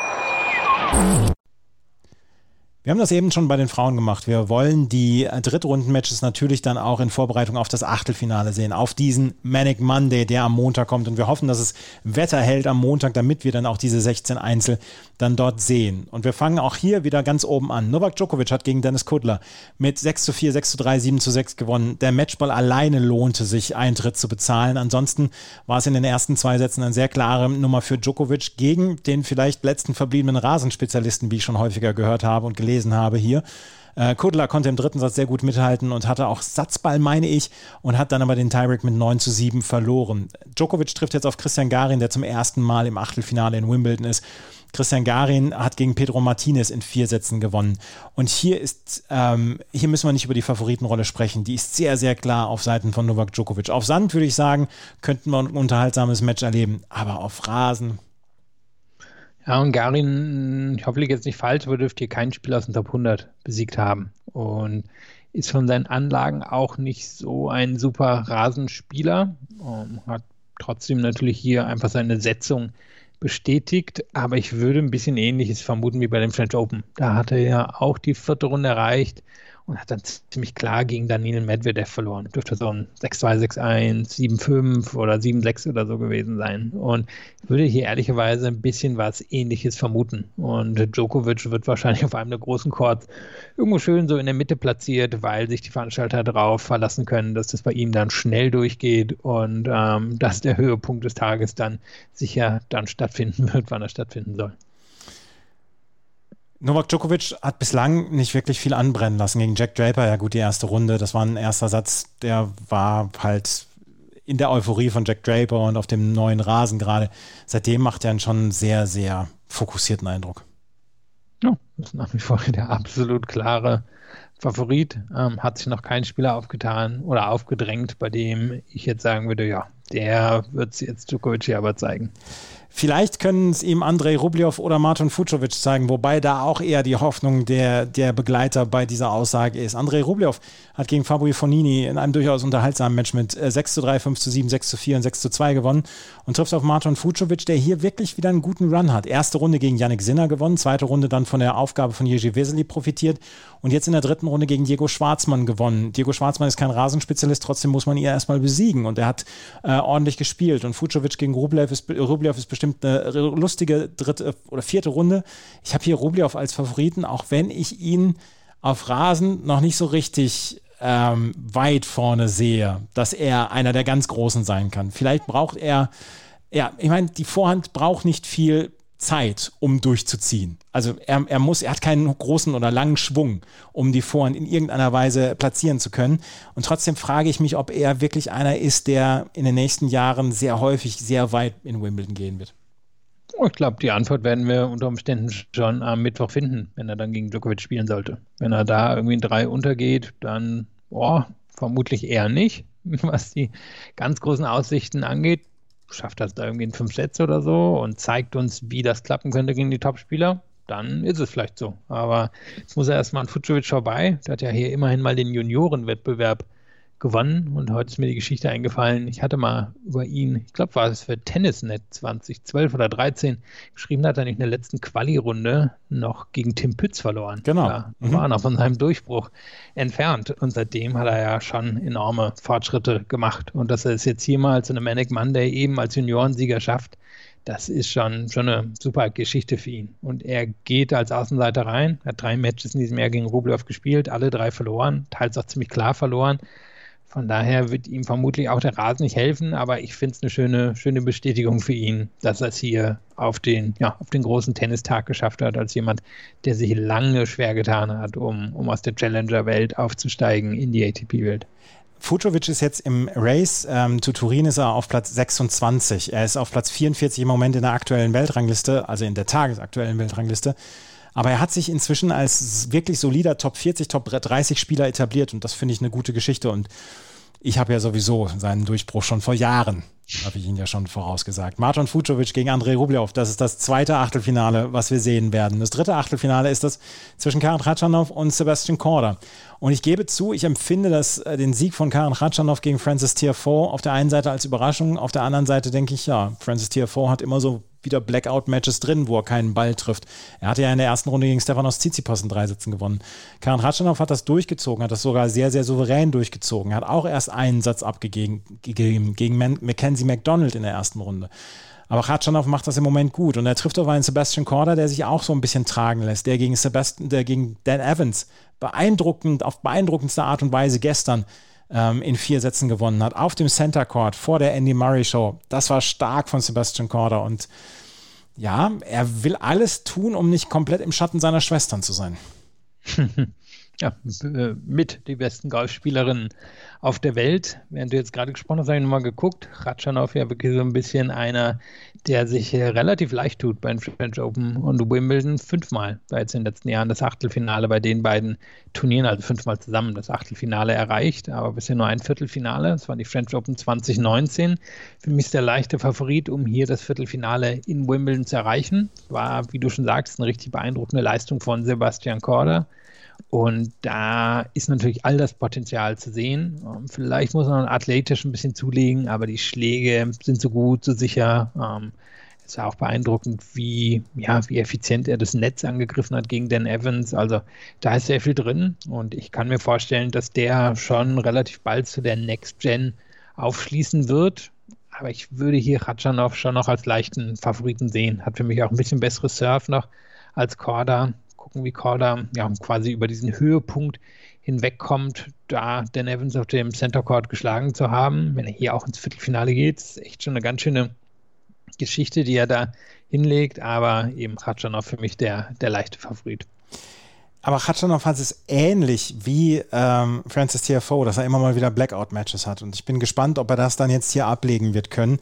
Wir haben das eben schon bei den Frauen gemacht. Wir wollen die Drittrunden-Matches natürlich dann auch in Vorbereitung auf das Achtelfinale sehen, auf diesen Manic Monday, der am Montag kommt. Und wir hoffen, dass es Wetter hält am Montag, damit wir dann auch diese 16 Einzel dann dort sehen. Und wir fangen auch hier wieder ganz oben an. Novak Djokovic hat gegen Dennis Kudla mit 6:4, 6:3, 7:6 gewonnen. Der Matchball alleine lohnte sich, Eintritt zu bezahlen. Ansonsten war es in den ersten 2 Sätzen eine sehr klare Nummer für Djokovic gegen den vielleicht letzten verbliebenen Rasenspezialisten, wie ich schon häufiger gehört habe und gelesen habe hier. Kudla konnte im 3. Satz sehr gut mithalten und hatte auch Satzball, meine ich, und hat dann aber den Tiebreak mit 9:7 verloren. Djokovic trifft jetzt auf Christian Garin, der zum ersten Mal im Achtelfinale in Wimbledon ist. Christian Garin hat gegen Pedro Martinez in 4 Sätzen gewonnen. Und hier müssen wir nicht über die Favoritenrolle sprechen. Die ist sehr, sehr klar auf Seiten von Novak Djokovic. Auf Sand, würde ich sagen, könnten wir ein unterhaltsames Match erleben. Aber auf Rasen... Ja, und Garin, ich hoffe, ich liege jetzt nicht falsch, aber dürfte hier keinen Spieler aus dem Top 100 besiegt haben. Und ist von seinen Anlagen auch nicht so ein super Rasenspieler. Hat trotzdem natürlich hier einfach seine Setzung bestätigt. Aber ich würde ein bisschen Ähnliches vermuten wie bei dem French Open. Da hat er ja auch die 4. Runde erreicht und hat dann ziemlich klar gegen Daniil Medvedev verloren. Dürfte so ein 6-2, 6-1, 7-5 oder 7-6 oder so gewesen sein. Und ich würde hier ehrlicherweise ein bisschen was Ähnliches vermuten. Und Djokovic wird wahrscheinlich auf einem der großen Courts irgendwo schön so in der Mitte platziert, weil sich die Veranstalter darauf verlassen können, dass das bei ihm dann schnell durchgeht und dass der Höhepunkt des Tages dann sicher dann stattfinden wird, wann er stattfinden soll. Novak Djokovic hat bislang nicht wirklich viel anbrennen lassen gegen Jack Draper. Ja gut, die erste Runde, das war ein erster Satz, der war halt in der Euphorie von Jack Draper und auf dem neuen Rasen gerade. Seitdem macht er einen schon sehr, sehr fokussierten Eindruck. Ja, das ist nach wie vor der absolut klare Favorit. Hat sich noch kein Spieler aufgetan oder aufgedrängt, bei dem ich jetzt sagen würde, ja, der wird es jetzt Djokovic hier aber zeigen. Vielleicht können es ihm Andrei Rublev oder Marton Fucsovics zeigen, wobei da auch eher die Hoffnung der Begleiter bei dieser Aussage ist. Andrei Rublev hat gegen Fabio Fognini in einem durchaus unterhaltsamen Match mit 6:3, 5:7, 6:4 und 6:2 gewonnen und trifft auf Marton Fucsovics, der hier wirklich wieder einen guten Run hat. Erste Runde gegen Jannik Sinner gewonnen, zweite Runde dann von der Aufgabe von Jerzy Vesely profitiert und jetzt in der dritten Runde gegen Diego Schwartzmann gewonnen. Diego Schwartzmann ist kein Rasenspezialist, trotzdem muss man ihn erstmal besiegen und er hat ordentlich gespielt und Fucsovics gegen Rublev ist bestimmt eine lustige dritte oder vierte Runde. Ich habe hier Rublev als Favoriten, auch wenn ich ihn auf Rasen noch nicht so richtig weit vorne sehe, dass er einer der ganz Großen sein kann. Vielleicht braucht er, ja, ich meine, die Vorhand braucht nicht viel Zeit, um durchzuziehen. Also er hat keinen großen oder langen Schwung, um die Vorhand in irgendeiner Weise platzieren zu können. Und trotzdem frage ich mich, ob er wirklich einer ist, der in den nächsten Jahren sehr häufig sehr weit in Wimbledon gehen wird. Ich glaube, die Antwort werden wir unter Umständen schon am Mittwoch finden, wenn er dann gegen Djokovic spielen sollte. Wenn er da irgendwie in 3 untergeht, dann vermutlich eher nicht, was die ganz großen Aussichten angeht. Schafft das da irgendwie in 5 Sätze oder so und zeigt uns, wie das klappen könnte gegen die Topspieler, dann ist es vielleicht so. Aber jetzt muss er erstmal an Fucsovics vorbei. Der hat ja hier immerhin mal den Juniorenwettbewerb gewonnen und heute ist mir die Geschichte eingefallen. Ich hatte mal über ihn, ich glaube, war es für Tennisnet 2012 oder 13 geschrieben, hat er nicht in der letzten Quali-Runde noch gegen Tim Pütz verloren. Genau. Da war er noch von seinem Durchbruch entfernt und seitdem hat er ja schon enorme Fortschritte gemacht und dass er es jetzt hier mal zu einem Manic Monday eben als Juniorensieger schafft, das ist schon eine super Geschichte für ihn. Und er geht als Außenseiter rein, hat 3 Matches in diesem Jahr gegen Rublev gespielt, alle 3 verloren, teils auch ziemlich klar verloren. Von daher wird ihm vermutlich auch der Rasen nicht helfen, aber ich finde es eine schöne Bestätigung für ihn, dass er es hier auf den großen Tennistag geschafft hat, als jemand, der sich lange schwer getan hat, um aus der Challenger-Welt aufzusteigen in die ATP-Welt. Fucsovics ist jetzt im Race zu Turin ist er auf Platz 26. Er ist auf Platz 44 im Moment in der aktuellen Weltrangliste, also in der tagesaktuellen Weltrangliste. Aber er hat sich inzwischen als wirklich solider Top 40, Top 30 Spieler etabliert und das finde ich eine gute Geschichte und ich habe ja sowieso seinen Durchbruch schon vor Jahren, habe ich Ihnen ja schon vorausgesagt. Marton Fucsovics gegen Andrei Rublev, das ist das zweite Achtelfinale, was wir sehen werden. Das dritte Achtelfinale ist das zwischen Karen Khachanov und Sebastian Korda. Und ich gebe zu, ich empfinde den Sieg von Karen Khachanov gegen Frances Tiafoe auf der einen Seite als Überraschung, auf der anderen Seite denke ich, ja, Frances Tiafoe hat immer so wieder Blackout-Matches drin, wo er keinen Ball trifft. Er hatte ja in der ersten Runde gegen Stefanos Tsitsipas in 3 Sätzen gewonnen. Karen Khachanov hat das durchgezogen, hat das sogar sehr, sehr souverän durchgezogen. Er hat auch erst einen Satz abgegeben gegen Mackenzie McDonald in der ersten Runde. Aber Khachanov macht das im Moment gut und er trifft auf einen Sebastian Korda, der sich auch so ein bisschen tragen lässt, der gegen Dan Evans auf beeindruckendste Art und Weise gestern in 4 Sätzen gewonnen hat, auf dem Center Court vor der Andy Murray Show. Das war stark von Sebastian Korda und ja, er will alles tun, um nicht komplett im Schatten seiner Schwestern zu sein. Ja, mit die besten Golfspielerinnen auf der Welt. Während du jetzt gerade gesprochen hast, habe ich nochmal geguckt. Khachanov ja wirklich so ein bisschen einer, der sich relativ leicht tut bei den French Open und Wimbledon 5-mal war jetzt in den letzten Jahren das Achtelfinale bei den beiden Turnieren, also 5-mal zusammen das Achtelfinale erreicht, aber bisher nur ein Viertelfinale. Das waren die French Open 2019. Für mich ist der leichte Favorit, um hier das Viertelfinale in Wimbledon zu erreichen. War, wie du schon sagst, eine richtig beeindruckende Leistung von Sebastian Korda. Und da ist natürlich all das Potenzial zu sehen. Vielleicht muss man athletisch ein bisschen zulegen, aber die Schläge sind so gut, so sicher. Es war auch beeindruckend, wie effizient er das Netz angegriffen hat gegen Dan Evans. Also da ist sehr viel drin und ich kann mir vorstellen, dass der schon relativ bald zu der Next Gen aufschließen wird. Aber ich würde hier Khachanov schon noch als leichten Favoriten sehen. Hat für mich auch ein bisschen besseres Surf noch als Korda. Gucken, wie Korda quasi über diesen Höhepunkt hinwegkommt, da Dan Evans auf dem Center Court geschlagen zu haben. Wenn er hier auch ins Viertelfinale geht, ist echt schon eine ganz schöne Geschichte, die er da hinlegt, aber eben Khachanov für mich der leichte Favorit. Aber Khachanov hat es ähnlich wie Frances Tiafoe, dass er immer mal wieder Blackout-Matches hat. Und ich bin gespannt, ob er das dann jetzt hier ablegen wird können.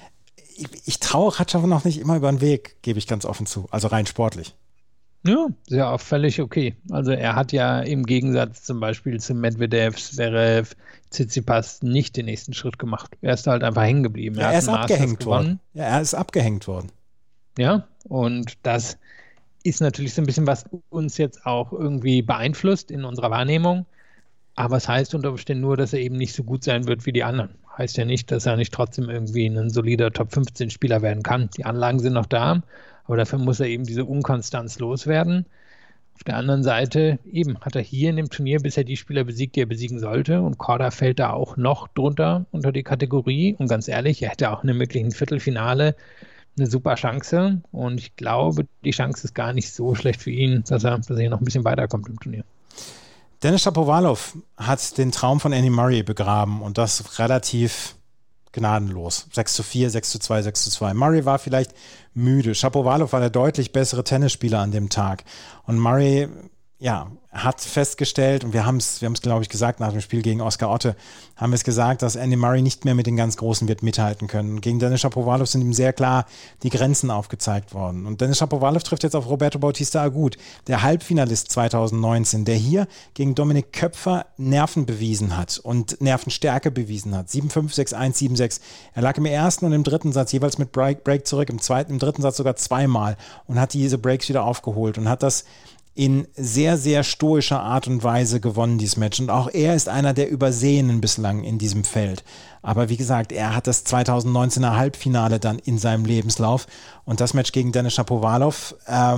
Ich traue Khachanov noch nicht immer über den Weg, gebe ich ganz offen zu. Also rein sportlich. Ja, sehr auch völlig okay. Also er hat ja im Gegensatz zum Beispiel zu Medvedev, Zverev, Tsitsipas nicht den nächsten Schritt gemacht. Er ist halt einfach hängen geblieben. Er ist abgehängt worden. Ja, er ist abgehängt worden. Ja, und das ist natürlich so ein bisschen, was uns jetzt auch irgendwie beeinflusst in unserer Wahrnehmung. Aber es heißt unter Umständen nur, dass er eben nicht so gut sein wird wie die anderen. Heißt ja nicht, dass er nicht trotzdem irgendwie ein solider Top-15-Spieler werden kann. Die Anlagen sind noch da, aber dafür muss er eben diese Unkonstanz loswerden. Auf der anderen Seite eben hat er hier in dem Turnier bisher die Spieler besiegt, die er besiegen sollte. Und Korda fällt da auch noch drunter unter die Kategorie. Und ganz ehrlich, er hätte auch in einem möglichen Viertelfinale eine super Chance. Und ich glaube, die Chance ist gar nicht so schlecht für ihn, dass er hier noch ein bisschen weiterkommt im Turnier. Denis Shapovalov hat den Traum von Andy Murray begraben und das relativ gnadenlos. 6:4, 6:2, 6:2. Murray war vielleicht müde. Shapovalov war der deutlich bessere Tennisspieler an dem Tag. Und Murray, ja, hat festgestellt, und wir haben es, glaube ich, gesagt nach dem Spiel gegen Oscar Otte, haben wir es gesagt, dass Andy Murray nicht mehr mit den ganz Großen wird mithalten können. Gegen Denis Shapovalov sind ihm sehr klar die Grenzen aufgezeigt worden. Und Denis Shapovalov trifft jetzt auf Roberto Bautista Agut, der Halbfinalist 2019, der hier gegen Dominik Köpfer Nerven bewiesen hat und Nervenstärke bewiesen hat. 7-5, 6-1, 7-6. Er lag im ersten und im dritten Satz jeweils mit Break zurück, im dritten Satz sogar zweimal und hat diese Breaks wieder aufgeholt und hat das in sehr, sehr stoischer Art und Weise gewonnen, dieses Match. Und auch er ist einer der Übersehenen bislang in diesem Feld. Aber wie gesagt, er hat das 2019er Halbfinale dann in seinem Lebenslauf. Und das Match gegen Denis Shapovalov,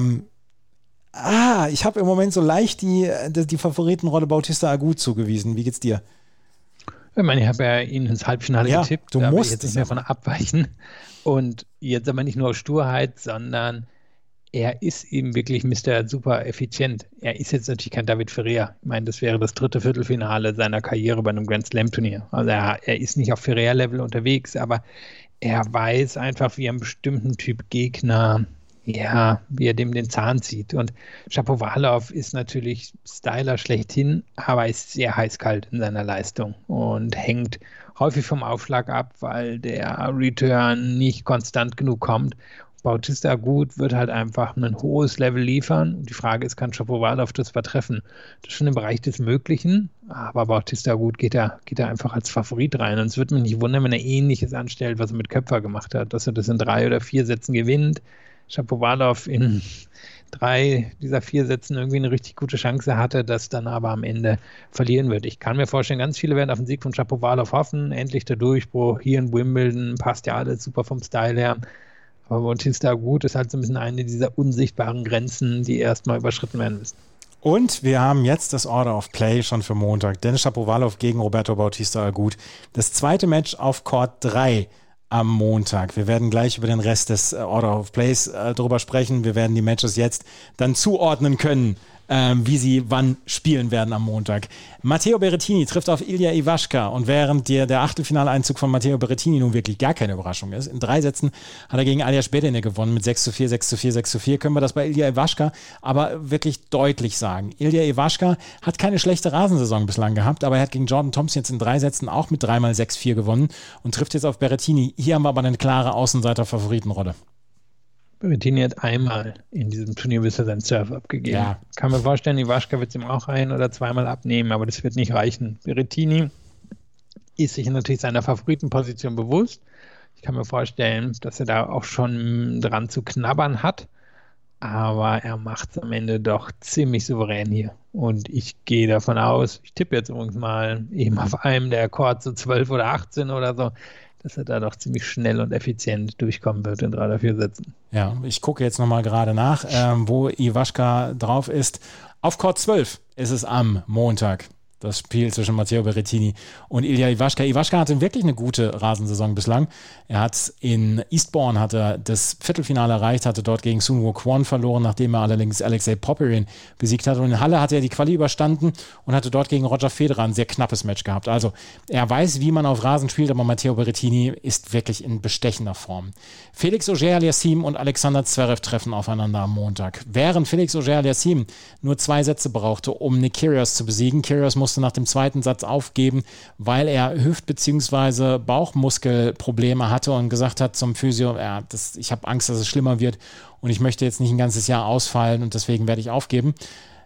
ich habe im Moment so leicht die Favoritenrolle Bautista Agut zugewiesen. Wie geht's dir? Ich meine, ich habe ja ihn ins Halbfinale getippt. Du da musst jetzt nicht mehr von abweichen. Und jetzt aber nicht nur Sturheit, sondern er ist eben wirklich Mr. super effizient. Er ist jetzt natürlich kein David Ferrer. Ich meine, das wäre das 3. Viertelfinale seiner Karriere bei einem Grand Slam Turnier. Also er ist nicht auf Ferrer-Level unterwegs, aber er weiß einfach, wie ein bestimmten Typ Gegner, ja, wie er dem den Zahn zieht. Und Shapovalov ist natürlich Styler schlechthin, aber ist sehr heiß-kalt in seiner Leistung und hängt häufig vom Aufschlag ab, weil der Return nicht konstant genug kommt. Bautista Agut wird halt einfach ein hohes Level liefern. Und die Frage ist, kann Shapovalov das übertreffen? Das ist schon im Bereich des Möglichen, aber Bautista Agut geht da einfach als Favorit rein. Und es wird mich nicht wundern, wenn er Ähnliches anstellt, was er mit Köpfer gemacht hat, dass er das in 3 oder 4 Sätzen gewinnt. Shapovalov in 3 dieser 4 Sätzen irgendwie eine richtig gute Chance hatte, das dann aber am Ende verlieren wird. Ich kann mir vorstellen, ganz viele werden auf den Sieg von Shapovalov hoffen. Endlich der Durchbruch hier in Wimbledon, passt ja alles super vom Style her. Aber Bautista Agut ist halt so ein bisschen eine dieser unsichtbaren Grenzen, die erstmal überschritten werden müssen. Und wir haben jetzt das Order of Play schon für Montag. Denis Shapovalov gegen Roberto Bautista Agut. Das zweite Match auf Court 3 am Montag. Wir werden gleich über den Rest des Order of Plays drüber sprechen. Wir werden die Matches jetzt dann zuordnen können, wie sie wann spielen werden am Montag. Matteo Berrettini trifft auf Ilya Ivashka und während der Achtelfinaleinzug von Matteo Berrettini nun wirklich gar keine Überraschung ist, in 3 Sätzen hat er gegen Aljaž Bedene gewonnen mit 6:4, 6:4, 6:4, können wir das bei Ilya Ivashka aber wirklich deutlich sagen. Ilya Ivashka hat keine schlechte Rasensaison bislang gehabt, aber er hat gegen Jordan Thompson jetzt in 3 Sätzen auch mit 3x 6:4 gewonnen und trifft jetzt auf Berrettini. Hier haben wir aber eine klare Außenseiter-Favoritenrolle. Berrettini hat einmal in diesem Turnier bisher seinen Serve abgegeben. Ja. Kann mir vorstellen, Ivashka wird es ihm auch 1- oder 2-mal abnehmen, aber das wird nicht reichen. Berrettini ist sich natürlich seiner Favoritenposition bewusst. Ich kann mir vorstellen, dass er da auch schon dran zu knabbern hat, aber er macht es am Ende doch ziemlich souverän hier. Und ich gehe davon aus, ich tippe jetzt übrigens mal eben auf einem der Courts so 12 oder 18 oder so, dass er da doch ziemlich schnell und effizient durchkommen wird in 3 oder 4 Sätzen. Ja, ich gucke jetzt nochmal gerade nach, wo Ivashka drauf ist. Auf Court 12 ist es am Montag. das Spiel zwischen Matteo Berrettini und Ilya Ivashka. Ivashka hatte wirklich eine gute Rasensaison bislang. Er hat in Eastbourne das Viertelfinale erreicht, hatte dort gegen Sun Woo Kwon verloren, nachdem er allerdings Alexei Popyrin besiegt hat. Und in Halle hat er die Quali überstanden und hatte dort gegen Roger Federer ein sehr knappes Match gehabt. Also er weiß, wie man auf Rasen spielt, aber Matteo Berrettini ist wirklich in bestechender Form. Felix Auger-Aliassime und Alexander Zverev treffen aufeinander am Montag. Während Felix Auger-Aliassime nur 2 Sätze brauchte, um Nick Kyrgios zu besiegen, Kyrgios musste nach dem zweiten Satz aufgeben, weil er Hüft- bzw. Bauchmuskelprobleme hatte und gesagt hat zum Physio, ich habe Angst, dass es schlimmer wird und ich möchte jetzt nicht ein ganzes Jahr ausfallen und deswegen werde ich aufgeben.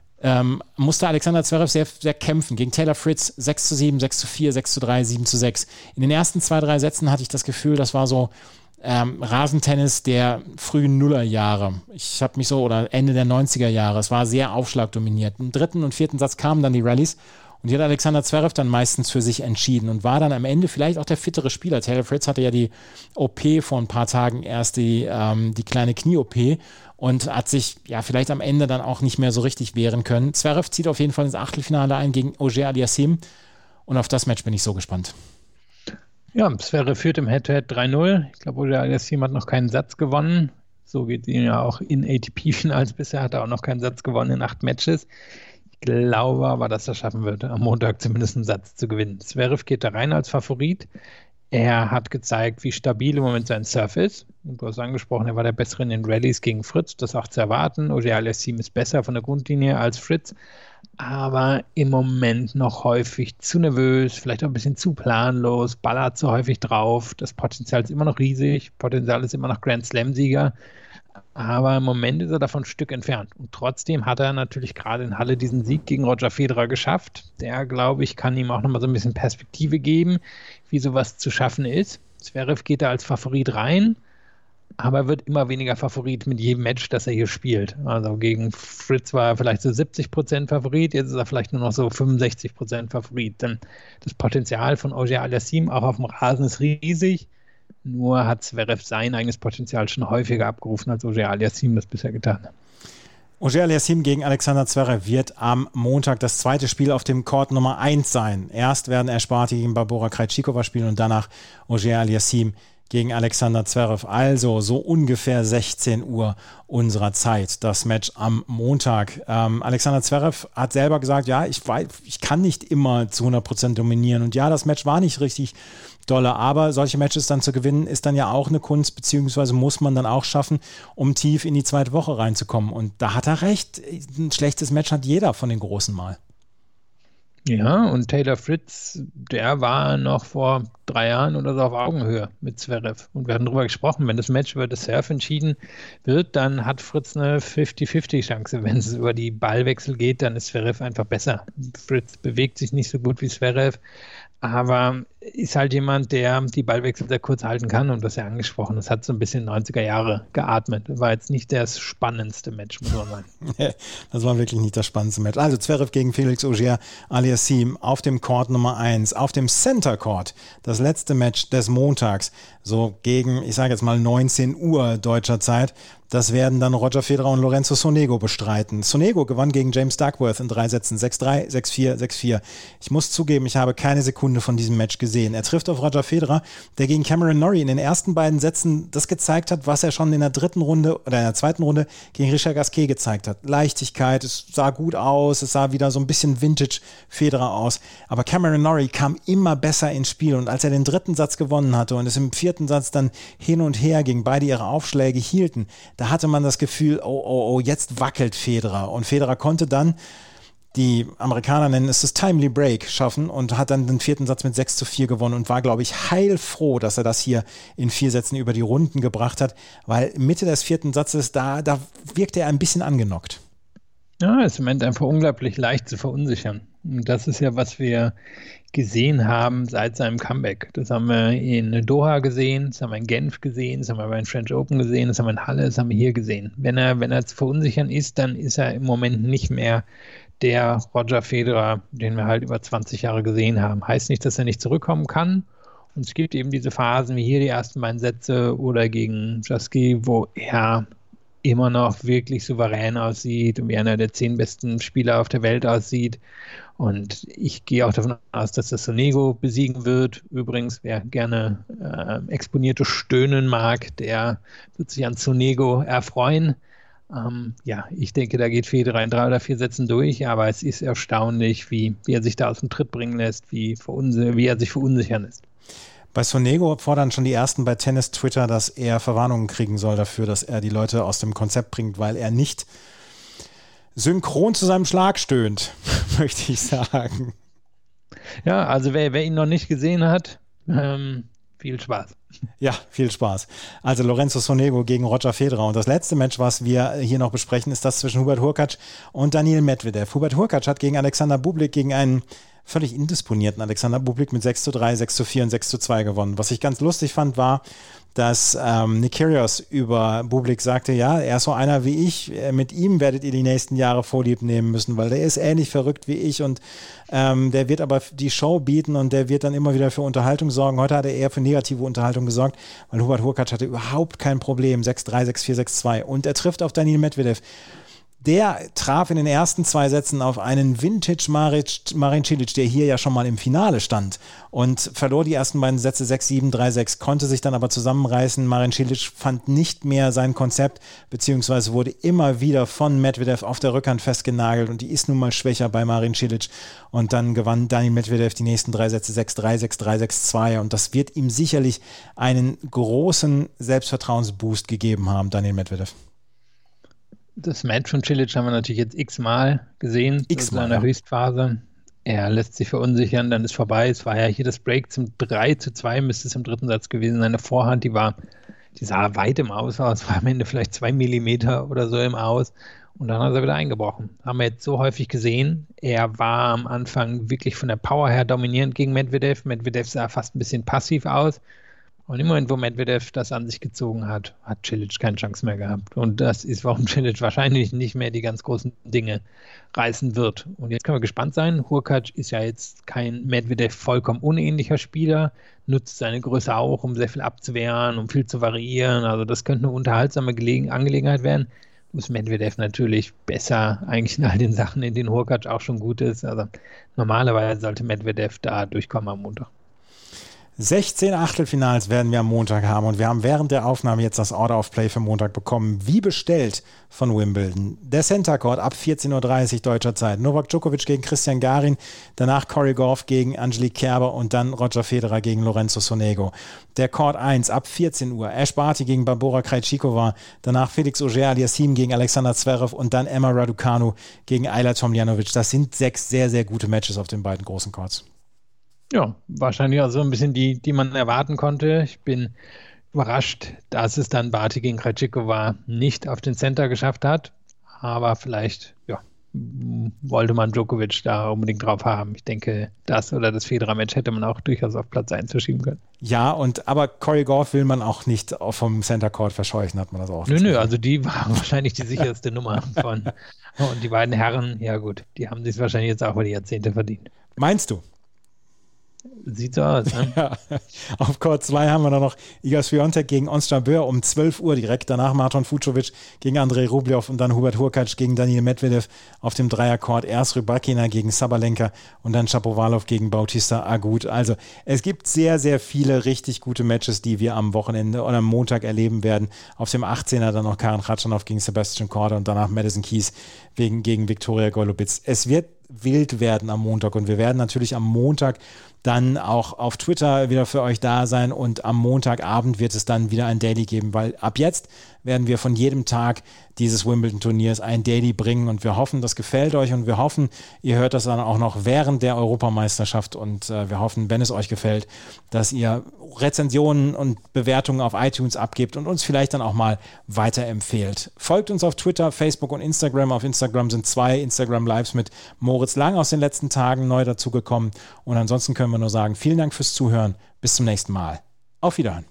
Musste Alexander Zverev sehr, sehr kämpfen. Gegen Taylor Fritz 6-7, 6-4, 6-3, 7-6. In den ersten 2-3 Sätzen hatte ich das Gefühl, das war so Rasentennis der frühen Nullerjahre. Ich habe mich oder Ende der 90er Jahre. Es war sehr aufschlagdominiert. Im 3. und 4. Satz kamen dann die Rallyes und die hat Alexander Zverev dann meistens für sich entschieden und war dann am Ende vielleicht auch der fittere Spieler. Taylor Fritz hatte ja die OP vor ein paar Tagen erst, die kleine Knie-OP und hat sich vielleicht am Ende dann auch nicht mehr so richtig wehren können. Zverev zieht auf jeden Fall ins Achtelfinale ein gegen Auger-Aliassime und auf das Match bin ich so gespannt. Ja, Zverev führt im Head-to-Head 3-0. Ich glaube, Auger-Aliassime hat noch keinen Satz gewonnen. So geht es ihm ja auch in ATP-Finals. Bisher hat er auch noch keinen Satz gewonnen in 8 Matches. Ich glaube aber, dass er schaffen wird, am Montag zumindest einen Satz zu gewinnen. Zverev geht da rein als Favorit. Er hat gezeigt, wie stabil im Moment sein Surf ist. Und du hast angesprochen, er war der Bessere in den Rallyes gegen Fritz. Das ist auch zu erwarten. Auger-Aliassime ist besser von der Grundlinie als Fritz. Aber im Moment noch häufig zu nervös, vielleicht auch ein bisschen zu planlos, ballert zu häufig drauf. Das Potenzial ist immer noch riesig. Potenzial ist immer noch Grand Slam-Sieger. Aber im Moment ist er davon ein Stück entfernt. Und trotzdem hat er natürlich gerade in Halle diesen Sieg gegen Roger Federer geschafft. Der, glaube ich, kann ihm auch nochmal so ein bisschen Perspektive geben, wie sowas zu schaffen ist. Zverev geht da als Favorit rein, aber er wird immer weniger Favorit mit jedem Match, das er hier spielt. Also gegen Fritz war er vielleicht so 70% Favorit, jetzt ist er vielleicht nur noch so 65% Favorit. Denn das Potenzial von Auger-Aliassime auch auf dem Rasen ist riesig. Nur hat Zverev sein eigenes Potenzial schon häufiger abgerufen, als Auger-Aliassime das bisher getan hat. Auger-Aliassime gegen Alexander Zverev wird am Montag das zweite Spiel auf dem Court Nummer 1 sein. Erst werden Esparti gegen Barbora Krejcikova spielen und danach Auger-Aliassime gegen Alexander Zverev. Also so ungefähr 16 Uhr unserer Zeit, das Match am Montag. Alexander Zverev hat selber gesagt, ja, ich kann nicht immer zu 100% dominieren. Und ja, das Match war nicht richtig dolle, aber solche Matches dann zu gewinnen, ist dann ja auch eine Kunst, beziehungsweise muss man dann auch schaffen, um tief in die zweite Woche reinzukommen. Und da hat er recht. Ein schlechtes Match hat jeder von den Großen mal. Ja, und Taylor Fritz, der war noch vor 3 Jahren oder so auf Augenhöhe mit Zverev. Und wir hatten darüber gesprochen, wenn das Match über das Surf entschieden wird, dann hat Fritz eine 50-50 Chance. Wenn es über die Ballwechsel geht, dann ist Zverev einfach besser. Fritz bewegt sich nicht so gut wie Zverev, aber ist halt jemand, der die Ballwechsel sehr kurz halten kann und das ja angesprochen. Das hat so ein bisschen 90er Jahre geatmet. War jetzt nicht das spannendste Match, muss man sagen. Das war wirklich nicht das spannendste Match. Also Zverev gegen Felix Auger-Aliassime auf dem Court Nummer 1, auf dem Center Court. Das letzte Match des Montags, so gegen, ich sage jetzt mal 19 Uhr deutscher Zeit. Das werden dann Roger Federer und Lorenzo Sonego bestreiten. Sonego gewann gegen James Duckworth in 3 Sätzen 6-3, 6-4, 6-4. Ich muss zugeben, ich habe keine Sekunde von diesem Match gesehen. Er trifft auf Roger Federer, der gegen Cameron Norrie in den ersten beiden Sätzen das gezeigt hat, was er schon in der zweiten Runde gegen Richard Gasquet gezeigt hat. Leichtigkeit, es sah gut aus, es sah wieder so ein bisschen Vintage Federer aus. Aber Cameron Norrie kam immer besser ins Spiel und als er den 3. Satz gewonnen hatte und es im 4. Satz dann hin und her ging, beide ihre Aufschläge hielten, da hatte man das Gefühl, oh, jetzt wackelt Federer. Und Federer konnte dann, die Amerikaner nennen es das Timely Break, schaffen und hat dann den 4. Satz mit 6-4 gewonnen und war, glaube ich, heilfroh, dass er das hier in 4 Sätzen über die Runden gebracht hat, weil Mitte des 4. Satzes, da wirkte er ein bisschen angenockt. Ja, es ist im Moment einfach unglaublich leicht zu verunsichern. Und das ist ja, was wir gesehen haben seit seinem Comeback. Das haben wir in Doha gesehen, das haben wir in Genf gesehen, das haben wir bei den French Open gesehen, das haben wir in Halle, das haben wir hier gesehen. Wenn er zu verunsichern ist, dann ist er im Moment nicht mehr der Roger Federer, den wir halt über 20 Jahre gesehen haben. Heißt nicht, dass er nicht zurückkommen kann. Und es gibt eben diese Phasen wie hier die ersten beiden Sätze oder gegen Gasquet, wo er immer noch wirklich souverän aussieht und wie einer der 10 besten Spieler auf der Welt aussieht. Und ich gehe auch davon aus, dass das Sonego besiegen wird. Übrigens, wer gerne exponierte Stöhnen mag, der wird sich an Sonego erfreuen. Ich denke, da geht Federer in 3 oder 4 Sätzen durch, aber es ist erstaunlich, wie er sich da aus dem Tritt bringen lässt, wie er sich verunsichern lässt. Bei Sonego fordern schon die Ersten bei Tennis Twitter, dass er Verwarnungen kriegen soll dafür, dass er die Leute aus dem Konzept bringt, weil er nicht synchron zu seinem Schlag stöhnt, möchte ich sagen. Ja, also wer ihn noch nicht gesehen hat, viel Spaß. Ja, viel Spaß. Also Lorenzo Sonego gegen Roger Federer. Und das letzte Match, was wir hier noch besprechen, ist das zwischen Hubert Hurkacz und Daniil Medvedev. Hubert Hurkacz hat gegen Alexander Bublik, gegen einen völlig indisponierten Alexander Bublik mit 6:3, 6:4 und 6:2 gewonnen. Was ich ganz lustig fand, war, dass Nick Kyrgios über Bublik sagte, ja, er ist so einer wie ich, mit ihm werdet ihr die nächsten Jahre Vorlieb nehmen müssen, weil der ist ähnlich verrückt wie ich und der wird aber die Show bieten und der wird dann immer wieder für Unterhaltung sorgen. Heute hat er eher für negative Unterhaltung gesorgt, weil Hubert Hurkacz hatte überhaupt kein Problem, 6:3, 6:4, 6:2 und er trifft auf Daniil Medvedev. Der traf in den ersten 2 Sätzen auf einen Vintage Marin Cilic, der hier ja schon mal im Finale stand und verlor die ersten beiden Sätze 6-7, 3-6, konnte sich dann aber zusammenreißen. Marin Cilic fand nicht mehr sein Konzept, beziehungsweise wurde immer wieder von Medvedev auf der Rückhand festgenagelt und die ist nun mal schwächer bei Marin Cilic und dann gewann Daniil Medvedev die nächsten 3 Sätze 6-3, 6-3, 6-2 und das wird ihm sicherlich einen großen Selbstvertrauensboost gegeben haben, Daniil Medvedev. Das Match von Cilic haben wir natürlich jetzt x-mal gesehen, in seiner Höchstphase. Er lässt sich verunsichern, dann ist vorbei. Es war ja hier das Break zum 3:2, müsste es im 3. Satz gewesen sein. Seine Vorhand, die sah weit im Aus aus, war am Ende vielleicht 2 Millimeter oder so im Aus. Und dann ist er wieder eingebrochen. Haben wir jetzt so häufig gesehen. Er war am Anfang wirklich von der Power her dominierend gegen Medvedev. Medvedev sah fast ein bisschen passiv aus. Und im Moment, wo Medvedev das an sich gezogen hat, hat Cilic keine Chance mehr gehabt. Und das ist, warum Cilic wahrscheinlich nicht mehr die ganz großen Dinge reißen wird. Und jetzt können wir gespannt sein. Hurkacz ist ja jetzt kein Medvedev vollkommen unähnlicher Spieler, nutzt seine Größe auch, um sehr viel abzuwehren, um viel zu variieren. Also das könnte eine unterhaltsame Angelegenheit werden. Muss Medvedev natürlich besser eigentlich in all den Sachen, in denen Hurkacz auch schon gut ist. Also normalerweise sollte Medvedev da durchkommen am Montag. 16 Achtelfinals werden wir am Montag haben und wir haben während der Aufnahme jetzt das Order of Play für Montag bekommen, wie bestellt von Wimbledon. Der Center Court ab 14:30 Uhr deutscher Zeit. Novak Djokovic gegen Christian Garin, danach Corey Goff gegen Angelique Kerber und dann Roger Federer gegen Lorenzo Sonego. Der Court 1 ab 14 Uhr, Ash Barty gegen Barbora Krejcikova, danach Felix Auger-Aliassime gegen Alexander Zverev und dann Emma Raducanu gegen Ajla Tomljanovic. Das sind 6 sehr, sehr gute Matches auf den beiden großen Courts. Ja, wahrscheinlich auch so ein bisschen die man erwarten konnte. Ich bin überrascht, dass es dann Barty gegen Krejcikova nicht auf den Center geschafft hat. Aber vielleicht, wollte man Djokovic da unbedingt drauf haben. Ich denke, das oder das Federer-Match hätte man auch durchaus auf Platz 1 verschieben können. Ja, aber Corey Goff will man auch nicht vom Center Court verscheuchen, hat man das auch. Nö, also die war wahrscheinlich die sicherste Nummer von. Und die beiden Herren, ja gut, die haben sich wahrscheinlich jetzt auch über die Jahrzehnte verdient. Meinst du? Sieht so aus, ne? Ja. Auf Court 2 haben wir dann noch Iga Swiatek gegen Ons Jabeur um 12 Uhr direkt. Danach Marton Fucsovics gegen Andrei Rublev und dann Hubert Hurkacz gegen Daniil Medvedev auf dem Dreiercourt. Erst Rybakina gegen Sabalenka und dann Shapovalov gegen Bautista Agut. Also es gibt sehr, sehr viele richtig gute Matches, die wir am Wochenende oder am Montag erleben werden. Auf dem 18er dann noch Karen Khachanov gegen Sebastian Korda und danach Madison Keys gegen Viktoria Golubic. Es wird wild werden am Montag und wir werden natürlich am Montag dann auch auf Twitter wieder für euch da sein und am Montagabend wird es dann wieder ein Daily geben, weil ab jetzt werden wir von jedem Tag dieses Wimbledon-Turniers ein Daily bringen und wir hoffen, das gefällt euch und wir hoffen, ihr hört das dann auch noch während der Europameisterschaft und wir hoffen, wenn es euch gefällt, dass ihr Rezensionen und Bewertungen auf iTunes abgebt und uns vielleicht dann auch mal weiterempfehlt. Folgt uns auf Twitter, Facebook und Instagram. Auf Instagram sind 2 Instagram-Lives mit Moritz Lang aus den letzten Tagen neu dazugekommen und ansonsten können wir nur sagen, vielen Dank fürs Zuhören. Bis zum nächsten Mal. Auf Wiederhören.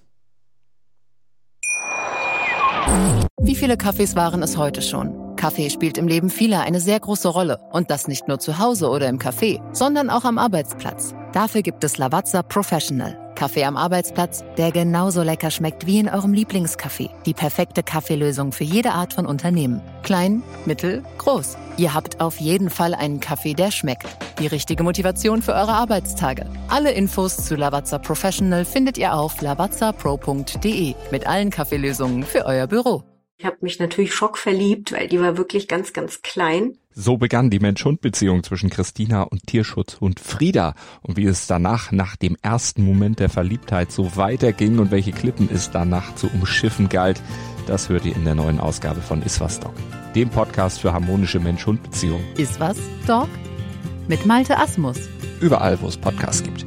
Wie viele Kaffees waren es heute schon? Kaffee spielt im Leben vieler eine sehr große Rolle. Und das nicht nur zu Hause oder im Café, sondern auch am Arbeitsplatz. Dafür gibt es Lavazza Professional. Kaffee am Arbeitsplatz, der genauso lecker schmeckt wie in eurem Lieblingscafé. Die perfekte Kaffeelösung für jede Art von Unternehmen. Klein, mittel, groß. Ihr habt auf jeden Fall einen Kaffee, der schmeckt. Die richtige Motivation für eure Arbeitstage. Alle Infos zu Lavazza Professional findet ihr auf lavazzapro.de mit allen Kaffeelösungen für euer Büro. Ich habe mich natürlich schockverliebt, weil die war wirklich ganz, ganz klein. So begann die Mensch-Hund-Beziehung zwischen Christina und Tierschutzhund Frieda. Und wie es danach, nach dem ersten Moment der Verliebtheit, so weiterging und welche Klippen es danach zu umschiffen galt, das hört ihr in der neuen Ausgabe von Iswas Dog, dem Podcast für harmonische Mensch-Hund-Beziehungen. Iswas Dog? Mit Malte Asmus. Überall, wo es Podcasts gibt.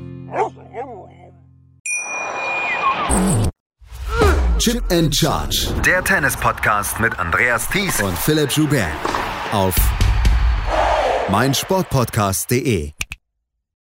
Chip and Charge. Der Tennis-Podcast mit Andreas Thies und Philipp Joubert auf meinsportpodcast.de.